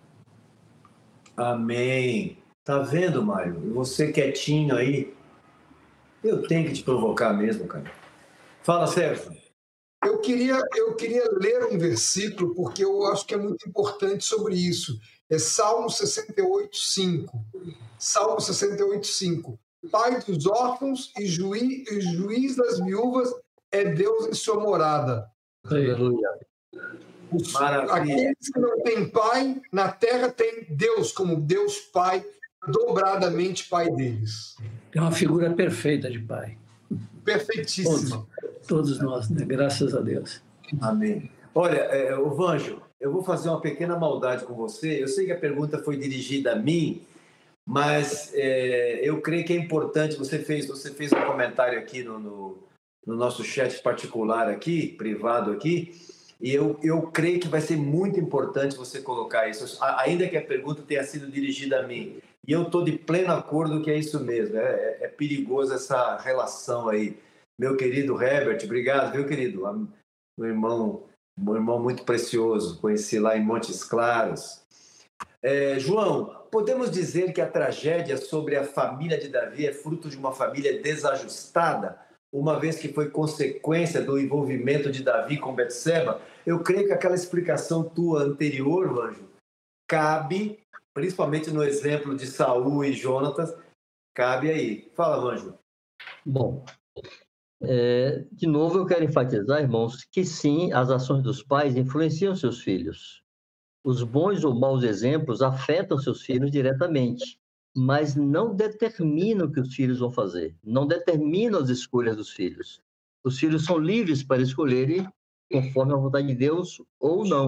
Amém. Tá vendo, Mário? Você quietinho aí, eu tenho que te provocar mesmo, cara. Fala, Sérgio. Eu queria ler um versículo, porque eu acho que é muito importante sobre isso. É Salmo 68:5. Salmo 68:5. Pai dos órfãos e juiz das viúvas é Deus em sua morada. Aleluia. Aqueles que não têm pai, na terra tem Deus como Deus Pai, dobradamente Pai deles. É uma figura perfeita de pai. Perfeitíssima. Todos nós, né? Graças a Deus. Amém. Olha, o Vanjo, eu vou fazer uma pequena maldade com você. Eu sei que a pergunta foi dirigida a mim, mas eu creio que é importante. Você fez um comentário aqui no nosso chat particular aqui, privado aqui, e eu creio que vai ser muito importante você colocar isso, ainda que a pergunta tenha sido dirigida a mim. E eu estou de pleno acordo que é isso mesmo. É perigoso essa relação aí. Meu querido Herbert, obrigado, viu, querido? Meu irmão muito precioso, conheci lá em Montes Claros. João, podemos dizer que a tragédia sobre a família de Davi é fruto de uma família desajustada, uma vez que foi consequência do envolvimento de Davi com Betseba? Eu creio que aquela explicação tua anterior, Anjo, cabe, principalmente no exemplo de Saul e Jonatas, cabe aí. Fala, Anjo. Bom, de novo eu quero enfatizar, irmãos, que sim, as ações dos pais influenciam seus filhos. Os bons ou maus exemplos afetam seus filhos diretamente, mas não determinam o que os filhos vão fazer, não determinam as escolhas dos filhos. Os filhos são livres para escolherem conforme a vontade de Deus ou não.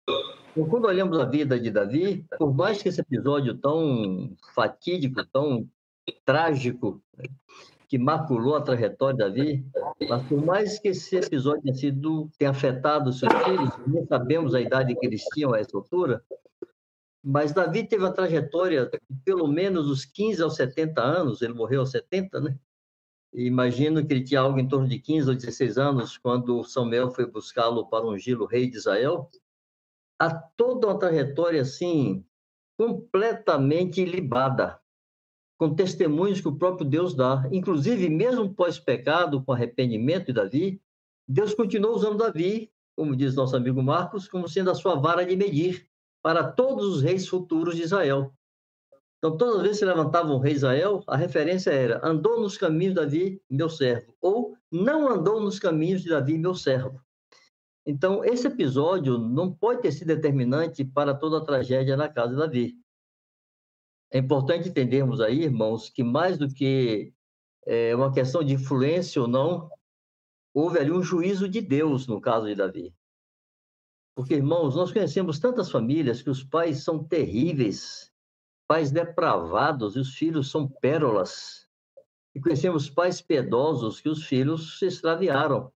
Então, quando olhamos a vida de Davi, por mais que esse episódio tão fatídico, tão trágico, que maculou a trajetória de Davi, mas por mais que esse episódio tenha afetado os seus filhos, nem sabemos a idade que eles tinham a essa altura, mas Davi teve uma trajetória de pelo menos dos 15 aos 70 anos, ele morreu aos 70, né? Imagino que ele tinha algo em torno de 15 ou 16 anos, quando Samuel foi buscá-lo para ungí-lo rei de Israel. Há toda uma trajetória, assim, completamente ilibada, com testemunhos que o próprio Deus dá. Inclusive, mesmo pós-pecado, com arrependimento de Davi, Deus continuou usando Davi, como diz nosso amigo Marcos, como sendo a sua vara de medir para todos os reis futuros de Israel. Então, todas as vezes que levantava um rei de Israel, a referência era: andou nos caminhos de Davi, meu servo, ou não andou nos caminhos de Davi, meu servo. Então, esse episódio não pode ter sido determinante para toda a tragédia na casa de Davi. É importante entendermos aí, irmãos, que mais do que uma questão de influência ou não, houve ali um juízo de Deus no caso de Davi. Porque, irmãos, nós conhecemos tantas famílias que os pais são terríveis, pais depravados e os filhos são pérolas. E conhecemos pais piedosos que os filhos se extraviaram.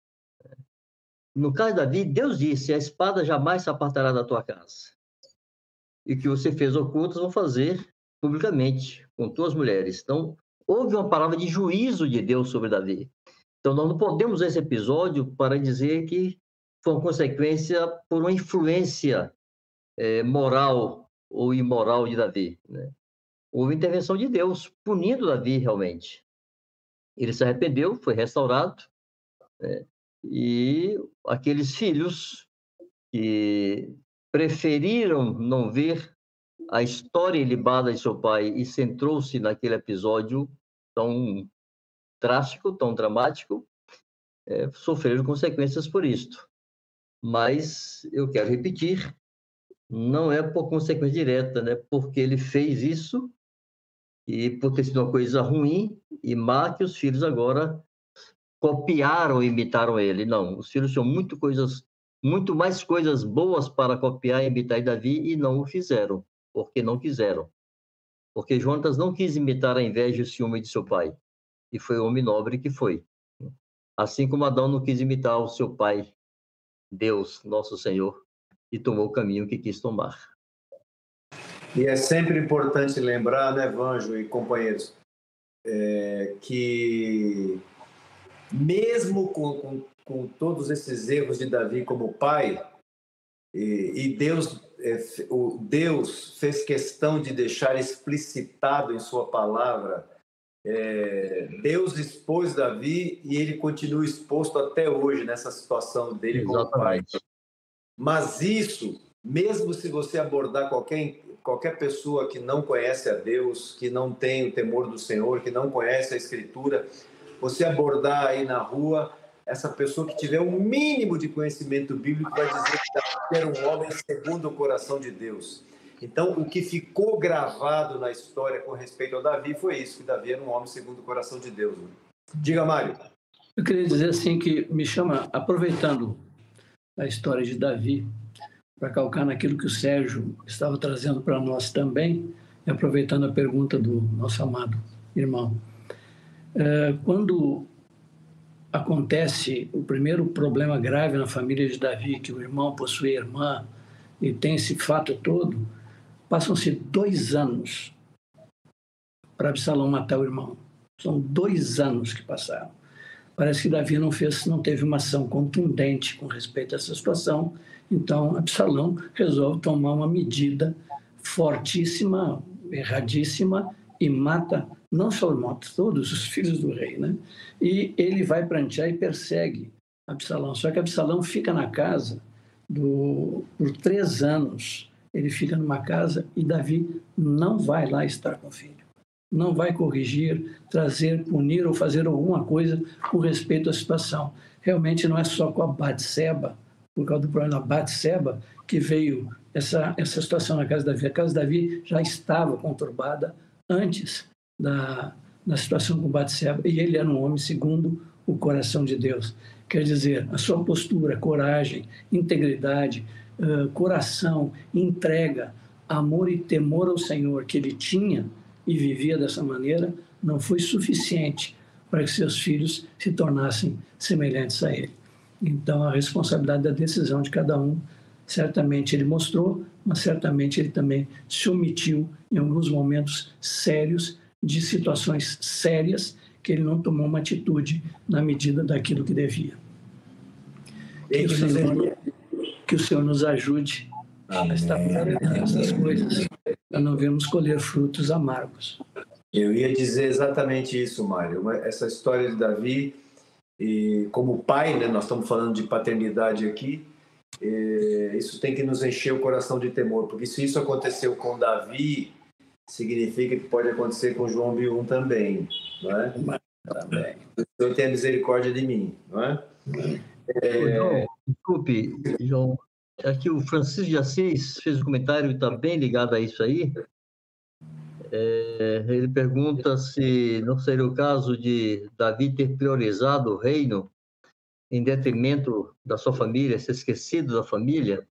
No caso de Davi, Deus disse: a espada jamais se apartará da tua casa. E o que você fez ocultas, vão fazer publicamente, com tuas mulheres. Então, houve uma palavra de juízo de Deus sobre Davi. Então, nós não podemos esse episódio para dizer que foi uma consequência por uma influência moral ou imoral de Davi, né? Houve intervenção de Deus, punindo Davi realmente. Ele se arrependeu, foi restaurado, né? E aqueles filhos que preferiram não ver a história ilibada de seu pai e centrou-se naquele episódio tão drástico, tão dramático, sofreram consequências por isto. Mas eu quero repetir, não é por consequência direta, né? Porque ele fez isso e por ter sido uma coisa ruim e má que os filhos agora copiaram e imitaram ele. Não, os filhos tinham muito mais coisas boas para copiar e imitar Davi e não o fizeram, porque não quiseram. Porque Jonatas não quis imitar a inveja e o ciúme de seu pai, e foi o homem nobre que foi. Assim como Adão não quis imitar o seu pai, Deus, nosso Senhor, e tomou o caminho que quis tomar. E é sempre importante lembrar, né, Vanjo e companheiros, que mesmo com todos esses erros de Davi como pai, e Deus fez questão de deixar explicitado em sua palavra, Deus expôs Davi e ele continua exposto até hoje nessa situação dele como pai. Mas isso, mesmo se você abordar qualquer pessoa que não conhece a Deus, que não tem o temor do Senhor, que não conhece a Escritura, você abordar aí na rua, essa pessoa que tiver um mínimo de conhecimento bíblico vai dizer que era um homem segundo o coração de Deus. Então, o que ficou gravado na história com respeito ao Davi foi isso, que Davi era um homem segundo o coração de Deus. Né? Diga, Mário. Eu queria dizer assim que me chama, aproveitando a história de Davi, para calcar naquilo que o Sérgio estava trazendo para nós também, e aproveitando a pergunta do nosso amado irmão. Quando acontece o primeiro problema grave na família de Davi, que o irmão possui a irmã, e tem esse fato todo, passam-se 2 anos para Absalão matar o irmão. São 2 anos que passaram. Parece que Davi não teve uma ação contundente com respeito a essa situação, então Absalão resolve tomar uma medida fortíssima, erradíssima, e mata não só o irmão, todos os filhos do rei, né? E ele vai prantear e persegue Absalão. Só que Absalão fica na casa por 3 anos. Ele fica numa casa e Davi não vai lá estar com o filho. Não vai corrigir, trazer, punir ou fazer alguma coisa com respeito à situação. Realmente não é só com a Batseba, por causa do problema da Batseba, que veio essa situação na casa de Davi. A casa de Davi já estava conturbada antes da situação com Batseba, e ele era um homem segundo o coração de Deus. Quer dizer, a sua postura, coragem, integridade, coração, entrega, amor e temor ao Senhor que ele tinha e vivia dessa maneira, não foi suficiente para que seus filhos se tornassem semelhantes a ele. Então, a responsabilidade da decisão de cada um, certamente ele mostrou, mas certamente ele também se omitiu em alguns momentos sérios, de situações sérias, que ele não tomou uma atitude na medida daquilo que devia. Que o Senhor nos ajude a estar nessas coisas, para não vermos colher frutos amargos. Eu ia dizer exatamente isso, Mário. Essa história de Davi, e como pai, né, nós estamos falando de paternidade aqui, isso tem que nos encher o coração de temor, porque se isso aconteceu com Davi, significa que pode acontecer com João Biun também, não é? Também. O Senhor tenha misericórdia de mim, não é? João, desculpe, João, aqui o Francisco de Assis fez um comentário que está bem ligado a isso aí. Ele pergunta se não seria o caso de Davi ter priorizado o reino em detrimento da sua família, ser esquecido da família.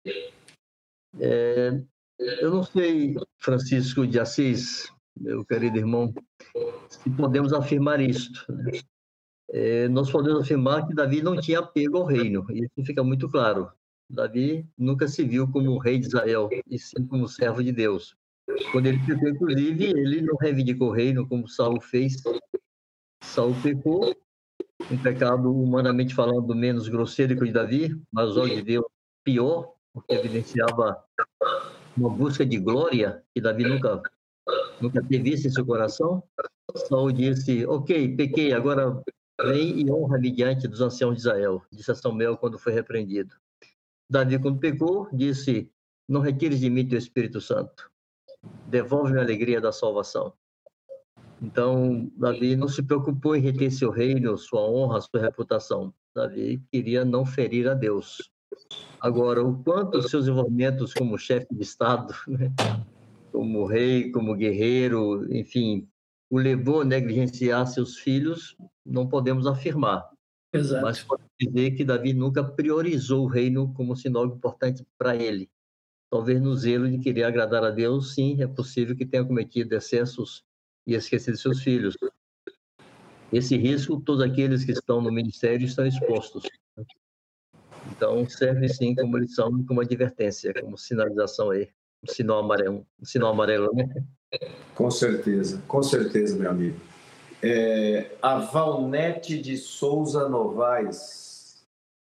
Eu não sei, Francisco de Assis, meu querido irmão, se podemos afirmar isto, né? Nós podemos afirmar que Davi não tinha apego ao reino, e isso fica muito claro. Davi nunca se viu como rei de Israel, e sim como servo de Deus. Quando ele pecou, inclusive, ele não reivindicou o reino como Saul fez. Saul pecou, um pecado humanamente falando menos grosseiro que o de Davi, mas aos olhos de Deus pior, porque evidenciava uma busca de glória que Davi nunca teve isso em seu coração. Saul disse: ok, pequei, agora vem e honra-me diante dos anciãos de Israel, disse a Samuel quando foi repreendido. Davi, quando pecou, disse: não retires de mim teu Espírito Santo, devolve-me a alegria da salvação. Então, Davi não se preocupou em reter seu reino, sua honra, sua reputação. Davi queria não ferir a Deus. Agora, o quanto os seus envolvimentos como chefe de Estado, né, como rei, como guerreiro, enfim, o levou a negligenciar seus filhos, não podemos afirmar. Exato. Mas podemos dizer que Davi nunca priorizou o reino como sinal importante para ele. Talvez no zelo de querer agradar a Deus, sim, é possível que tenha cometido excessos e esquecido seus filhos. Esse risco, todos aqueles que estão no ministério estão expostos. Então, serve sim como lição, como advertência, como sinalização aí, um sinal amarelo, né? Com certeza, meu amigo. A Valnete de Souza Novaes.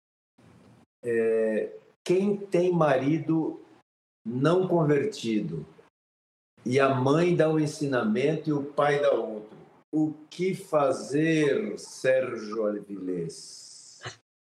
Quem tem marido não convertido e a mãe dá um ensinamento e o pai dá outro, o que fazer, Sérgio Avilés?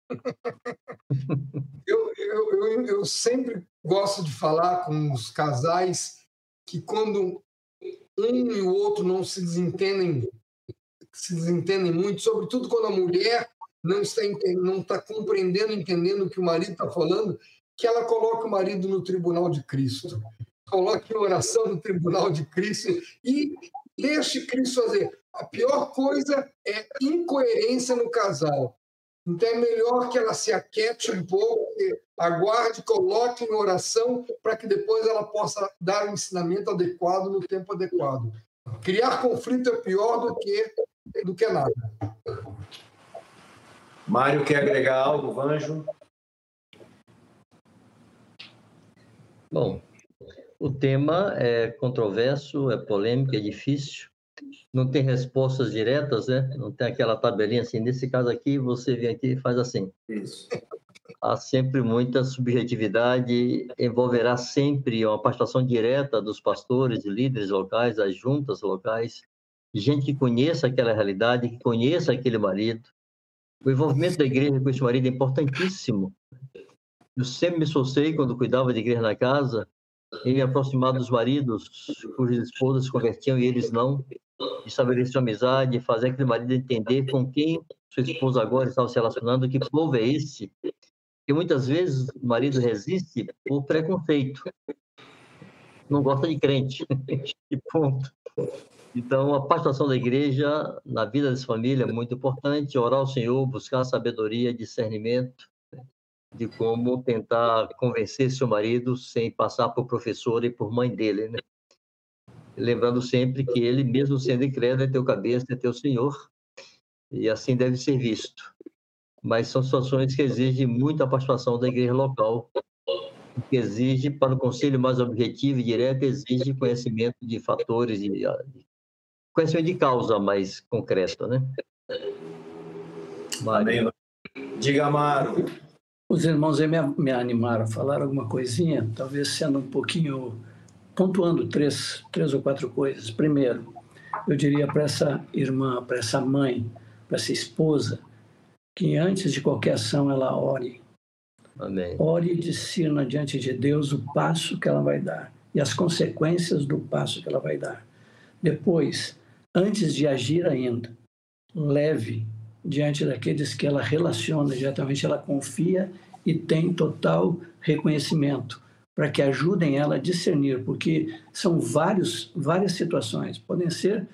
Eu sempre gosto de falar com os casais que quando um e o outro não se desentendem muito, sobretudo quando a mulher não está compreendendo, entendendo o que o marido está falando, que ela coloque o marido no tribunal de Cristo. Coloque em oração no tribunal de Cristo e deixe Cristo fazer. A pior coisa é incoerência no casal. Então é melhor que ela se aquiete um pouco, aguarde, coloque em oração para que depois ela possa dar o ensinamento adequado no tempo adequado. Criar conflito é pior do que nada. Mário, quer agregar algo, Vanjo? Bom, o tema é controverso, é polêmico, é difícil. Não tem respostas diretas, né? Não tem aquela tabelinha assim, nesse caso aqui, você vem aqui e faz assim. Isso. Há sempre muita subjetividade, envolverá sempre uma participação direta dos pastores, líderes locais, das juntas locais, gente que conheça aquela realidade, que conheça aquele marido. O envolvimento da igreja com esse marido é importantíssimo. Eu sempre me esforcei, quando cuidava de igreja na casa, em me aproximar dos maridos cujas esposas se convertiam e eles não, estabelecer amizade, fazer aquele marido entender com quem sua esposa agora estava se relacionando, que povo é esse. Porque muitas vezes o marido resiste por preconceito. Não gosta de crente. E ponto. Então, a participação da igreja na vida dessa família é muito importante. Orar ao Senhor, buscar sabedoria, discernimento. de como tentar convencer seu marido sem passar por professora e por mãe dele, né? Lembrando sempre que ele, mesmo sendo incrédulo, é teu cabeça, é teu Senhor, e assim deve ser visto. Mas são situações que exigem muita participação da igreja local, que exige, para o conselho mais objetivo e direto, exige conhecimento de fatores, conhecimento de causa mais concreto, né? Amém. Diga, Amaro. Os irmãos aí me animaram a falar alguma coisinha, talvez sendo um pouquinho, pontuando três ou quatro coisas. Primeiro, eu diria para essa irmã, para essa mãe, para essa esposa, que antes de qualquer ação ela ore. Amém. Ore e discirna diante de Deus o passo que ela vai dar e as consequências do passo que ela vai dar. Depois, antes de agir ainda, leve diante daqueles que ela relaciona diretamente, ela confia e tem total reconhecimento, para que ajudem ela a discernir, porque são várias situações. Podem ser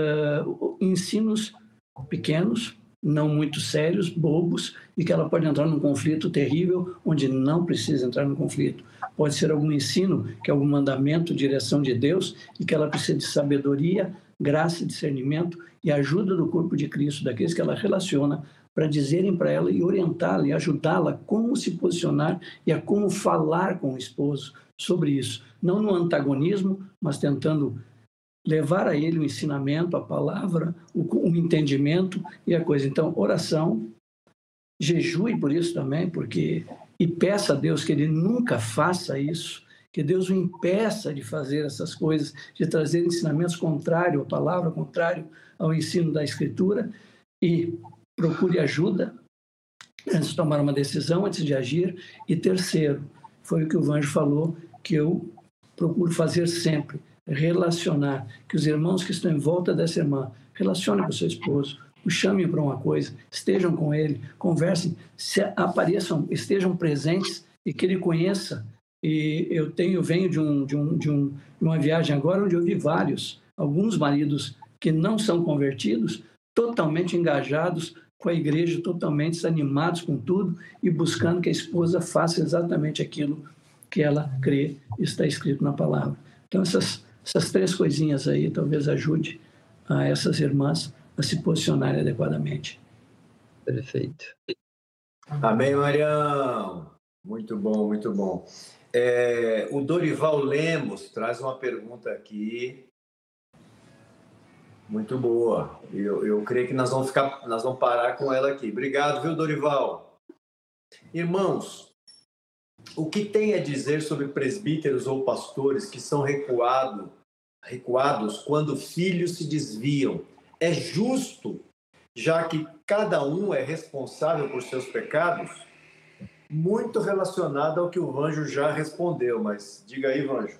ensinos pequenos, não muito sérios, bobos, e que ela pode entrar num conflito terrível, onde não precisa entrar no conflito. Pode ser algum ensino, que é algum mandamento, direção de Deus, e que ela precisa de sabedoria, graça, discernimento e ajuda do corpo de Cristo, daqueles que ela relaciona, para dizerem para ela e orientá-la e ajudá-la a como se posicionar e a como falar com o esposo sobre isso. Não no antagonismo, mas tentando levar a ele o ensinamento, a palavra, o entendimento e a coisa. Então, oração, jejue por isso também, e peça a Deus que ele nunca faça isso, que Deus o impeça de fazer essas coisas, de trazer ensinamentos contrários à palavra, contrário ao ensino da Escritura, e procure ajuda antes de tomar uma decisão, antes de agir. E terceiro, foi o que o Vanjo falou, que eu procuro fazer sempre, relacionar, que os irmãos que estão em volta dessa irmã relacionem com o seu esposo, o chamem para uma coisa, estejam com ele, conversem, se apareçam, estejam presentes e que ele conheça. E eu venho de uma viagem agora onde eu vi alguns maridos que não são convertidos, totalmente engajados com a igreja, totalmente animados com tudo e buscando que a esposa faça exatamente aquilo que ela crê está escrito na palavra. Então, essas três coisinhas aí talvez ajude a essas irmãs a se posicionarem adequadamente. Perfeito. Amém, Marião. Muito bom, muito bom. O Dorival Lemos traz uma pergunta aqui muito boa. Eu creio que nós vamos parar com ela aqui. Obrigado, viu, Dorival? Irmãos, o que tem a dizer sobre presbíteros ou pastores que são recuados quando filhos se desviam? É justo, já que cada um é responsável por seus pecados? Muito relacionado ao que o Vanjo já respondeu, mas diga aí, Vanjo.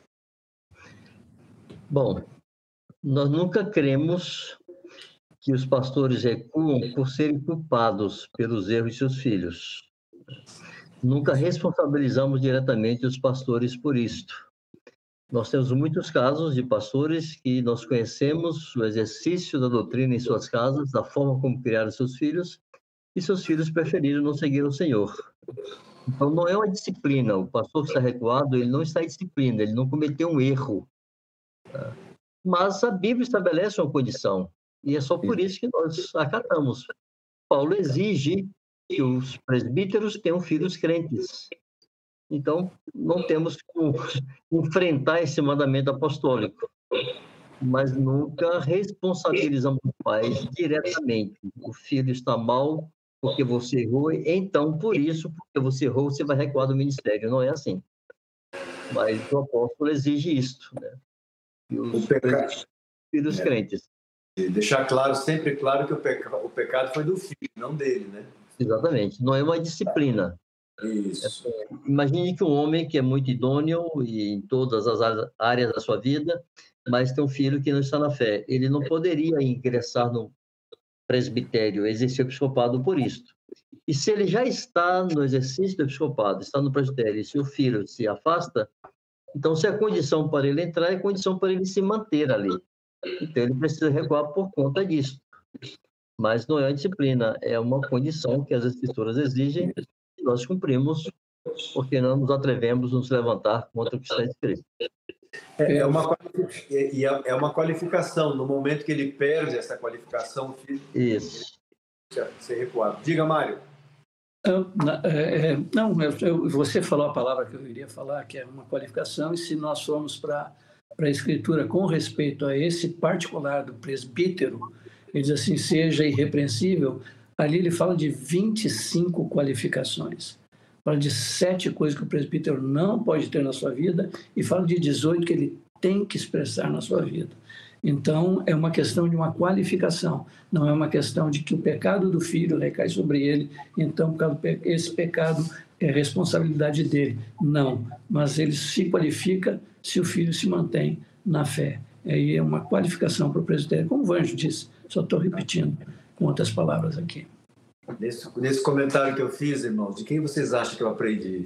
Bom, nós nunca cremos que os pastores recuam por serem culpados pelos erros de seus filhos. Nunca responsabilizamos diretamente os pastores por isto. Nós temos muitos casos de pastores que nós conhecemos o exercício da doutrina em suas casas, da forma como criaram seus filhos, e seus filhos preferiram não seguir o Senhor. Então, não é uma disciplina. O pastor que está recuado, ele não está em disciplina, ele não cometeu um erro. Mas a Bíblia estabelece uma condição, e é só por isso que nós acatamos. Paulo exige que os presbíteros tenham filhos crentes. Então, não temos como enfrentar esse mandamento apostólico, mas nunca responsabilizamos o pai diretamente. O filho está mal porque você errou, então, por isso, porque você errou, você vai recuar do ministério. Não é assim. Mas o apóstolo exige isto, né? E os filhos crentes. E deixar claro, sempre claro, que o pecado foi do filho, não dele, né? Exatamente. Não é uma disciplina. Isso. Imagine que um homem que é muito idôneo em todas as áreas da sua vida, mas tem um filho que não está na fé. Ele não poderia ingressar no presbitério, exercer o episcopado por isto. E se ele já está no exercício do episcopado, está no presbitério, e se o filho se afasta, então se a condição para ele entrar é condição para ele se manter ali. Então ele precisa recuar por conta disso. Mas não é uma disciplina, é uma condição que as escrituras exigem nós cumprimos, porque não nos atrevemos a nos levantar contra o que está escrito. É uma qualificação. No momento que ele perde essa qualificação, isso. Ser recuado. Diga, Mário. Não, você falou a palavra que eu iria falar, que é uma qualificação, e se nós formos para a Escritura com respeito a esse particular do presbítero, ele diz assim, seja irrepreensível, ali ele fala de 25 qualificações. Fala de 7 coisas que o presbítero não pode ter na sua vida e fala de 18 que ele tem que expressar na sua vida. Então, é uma questão de uma qualificação, não é uma questão de que o pecado do filho recai sobre ele, então, esse pecado é responsabilidade dele. Não, mas ele se qualifica se o filho se mantém na fé. Aí é uma qualificação para o presbitério, como o Vanjo disse, só estou repetindo com outras palavras aqui. Nesse comentário que eu fiz, irmãos, de quem vocês acham que eu aprendi?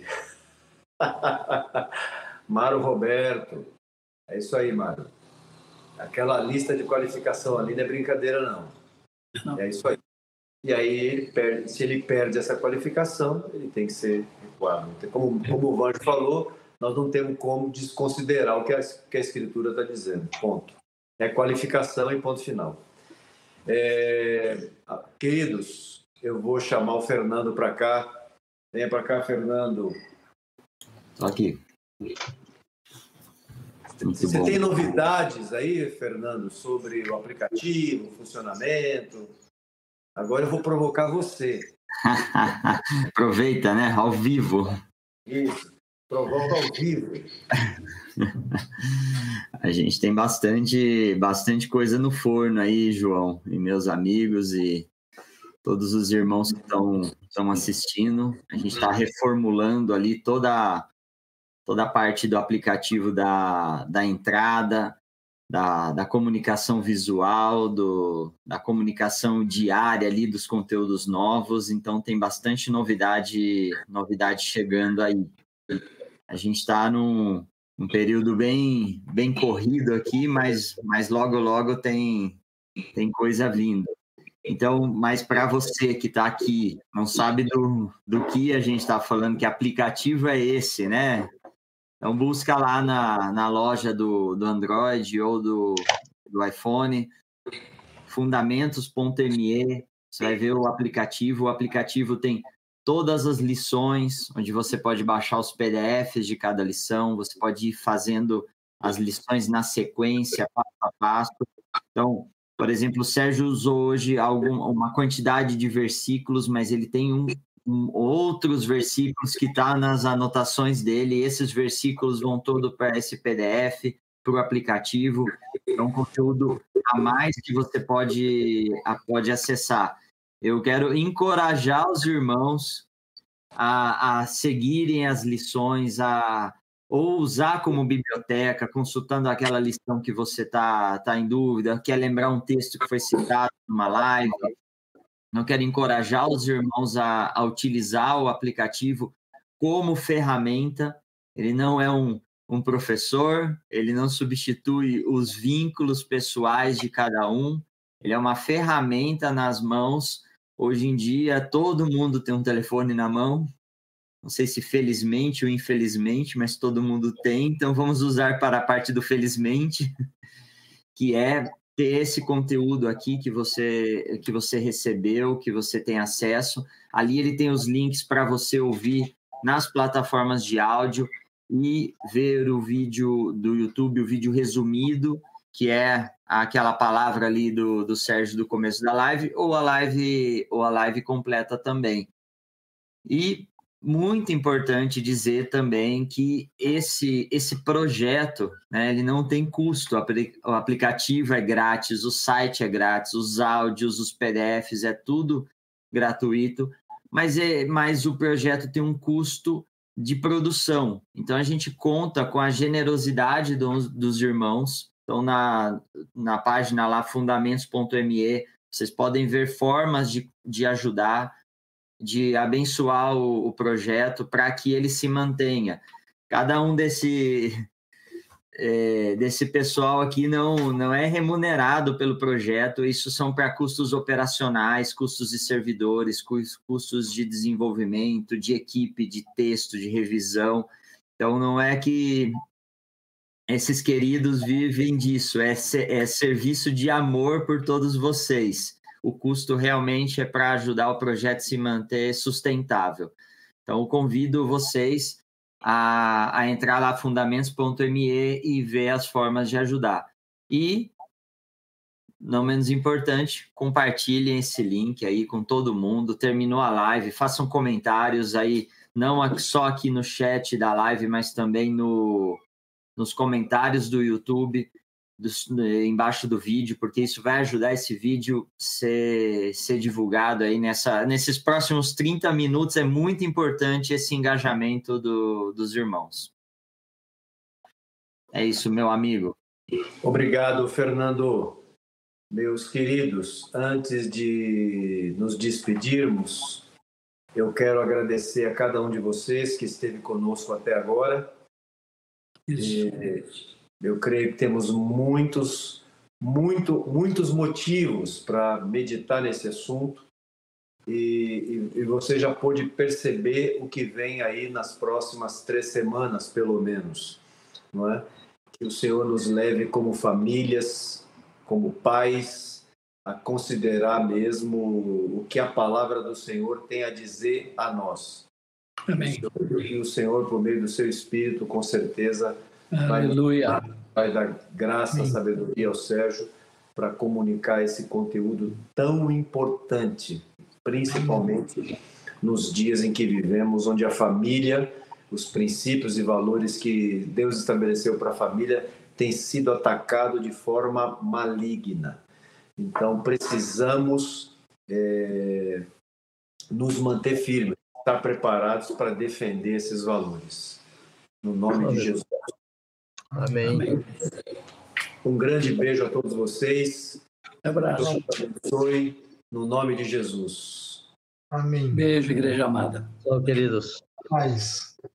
Mário Roberto. É isso aí, Mário. Aquela lista de qualificação ali não é brincadeira, não. É isso aí. E aí, se ele perde essa qualificação, ele tem que ser recuado. Como o Vanjo falou, nós não temos como desconsiderar o que a Escritura está dizendo. Ponto. É qualificação e ponto final. Queridos, eu vou chamar o Fernando para cá. Venha para cá, Fernando. Aqui. Você tem novidades aí, Fernando, sobre o aplicativo, o funcionamento? Agora eu vou provocar você. Aproveita, né? Ao vivo. Isso, provoca ao vivo. A gente tem bastante coisa no forno aí, João, e meus amigos e todos os irmãos que estão assistindo. A gente está reformulando ali toda a parte do aplicativo da entrada, da comunicação visual, da comunicação diária ali dos conteúdos novos. Então, tem bastante novidade chegando aí. A gente está num período bem corrido aqui, mas logo tem coisa vindo. Então, mas para você que está aqui, não sabe do que a gente está falando, que aplicativo é esse, né? Então, busca lá na loja do Android ou do iPhone, fundamentos.me, você vai ver o aplicativo. O aplicativo tem todas as lições, onde você pode baixar os PDFs de cada lição, você pode ir fazendo as lições na sequência, passo a passo. Então, por exemplo, o Sérgio usou hoje uma quantidade de versículos, mas ele tem outros versículos que estão nas anotações dele. Esses versículos vão todo para esse PDF, para o aplicativo. É um conteúdo a mais que você pode acessar. Eu quero encorajar os irmãos a seguirem as lições, ou usar como biblioteca, consultando aquela lição que você está em dúvida, quer lembrar um texto que foi citado numa live. Eu quero encorajar os irmãos a utilizar o aplicativo como ferramenta. Ele não é um professor, ele não substitui os vínculos pessoais de cada um, ele é uma ferramenta nas mãos. Hoje em dia, todo mundo tem um telefone na mão, não sei se felizmente ou infelizmente, mas todo mundo tem, então vamos usar para a parte do felizmente, que é ter esse conteúdo aqui que você recebeu, que você tem acesso. Ali ele tem os links para você ouvir nas plataformas de áudio e ver o vídeo do YouTube, o vídeo resumido, que é aquela palavra ali do Sérgio do começo da live, ou a live completa também. E muito importante dizer também que esse projeto, né, ele não tem custo. O aplicativo é grátis, o site é grátis, os áudios, os PDFs, é tudo gratuito, mas o projeto tem um custo de produção. Então, a gente conta com a generosidade dos irmãos. Então, na página lá, fundamentos.me, vocês podem ver formas de ajudar, de abençoar o projeto para que ele se mantenha. Cada um desse pessoal aqui não é remunerado pelo projeto, isso são para custos operacionais, custos de servidores, custos de desenvolvimento, de equipe, de texto, de revisão. Então, não é que esses queridos vivem disso, é serviço de amor por todos vocês. O custo realmente é para ajudar o projeto a se manter sustentável. Então, eu convido vocês a entrar lá, fundamentos.me, e ver as formas de ajudar. E, não menos importante, compartilhem esse link aí com todo mundo. Terminou a live, façam comentários aí, não só aqui no chat da live, mas também nos comentários do YouTube, embaixo do vídeo, porque isso vai ajudar esse vídeo ser divulgado aí nesses próximos 30 minutos. É muito importante esse engajamento dos irmãos. É isso, meu amigo. Obrigado, Fernando. Meus queridos, antes de nos despedirmos, eu quero agradecer a cada um de vocês que esteve conosco até agora. Eu creio que temos muitos motivos para meditar nesse assunto, e você já pôde perceber o que vem aí nas próximas 3 semanas, pelo menos, não é? Que o Senhor nos leve como famílias, como pais, a considerar mesmo o que a palavra do Senhor tem a dizer a nós. Amém. E o Senhor, por meio do seu Espírito, com certeza Aleluia. vai dar graça e sabedoria ao Sérgio para comunicar esse conteúdo tão importante, principalmente nos dias em que vivemos, onde a família, os princípios e valores que Deus estabeleceu para a família, têm sido atacados de forma maligna. Então, precisamos nos manter firmes, estar preparados para defender esses valores. No nome de Jesus. Amém. Um grande beijo a todos vocês. Abraço. Deus abençoe, no nome de Jesus. Amém. Beijo, igreja amada. Tchau, queridos. Paz.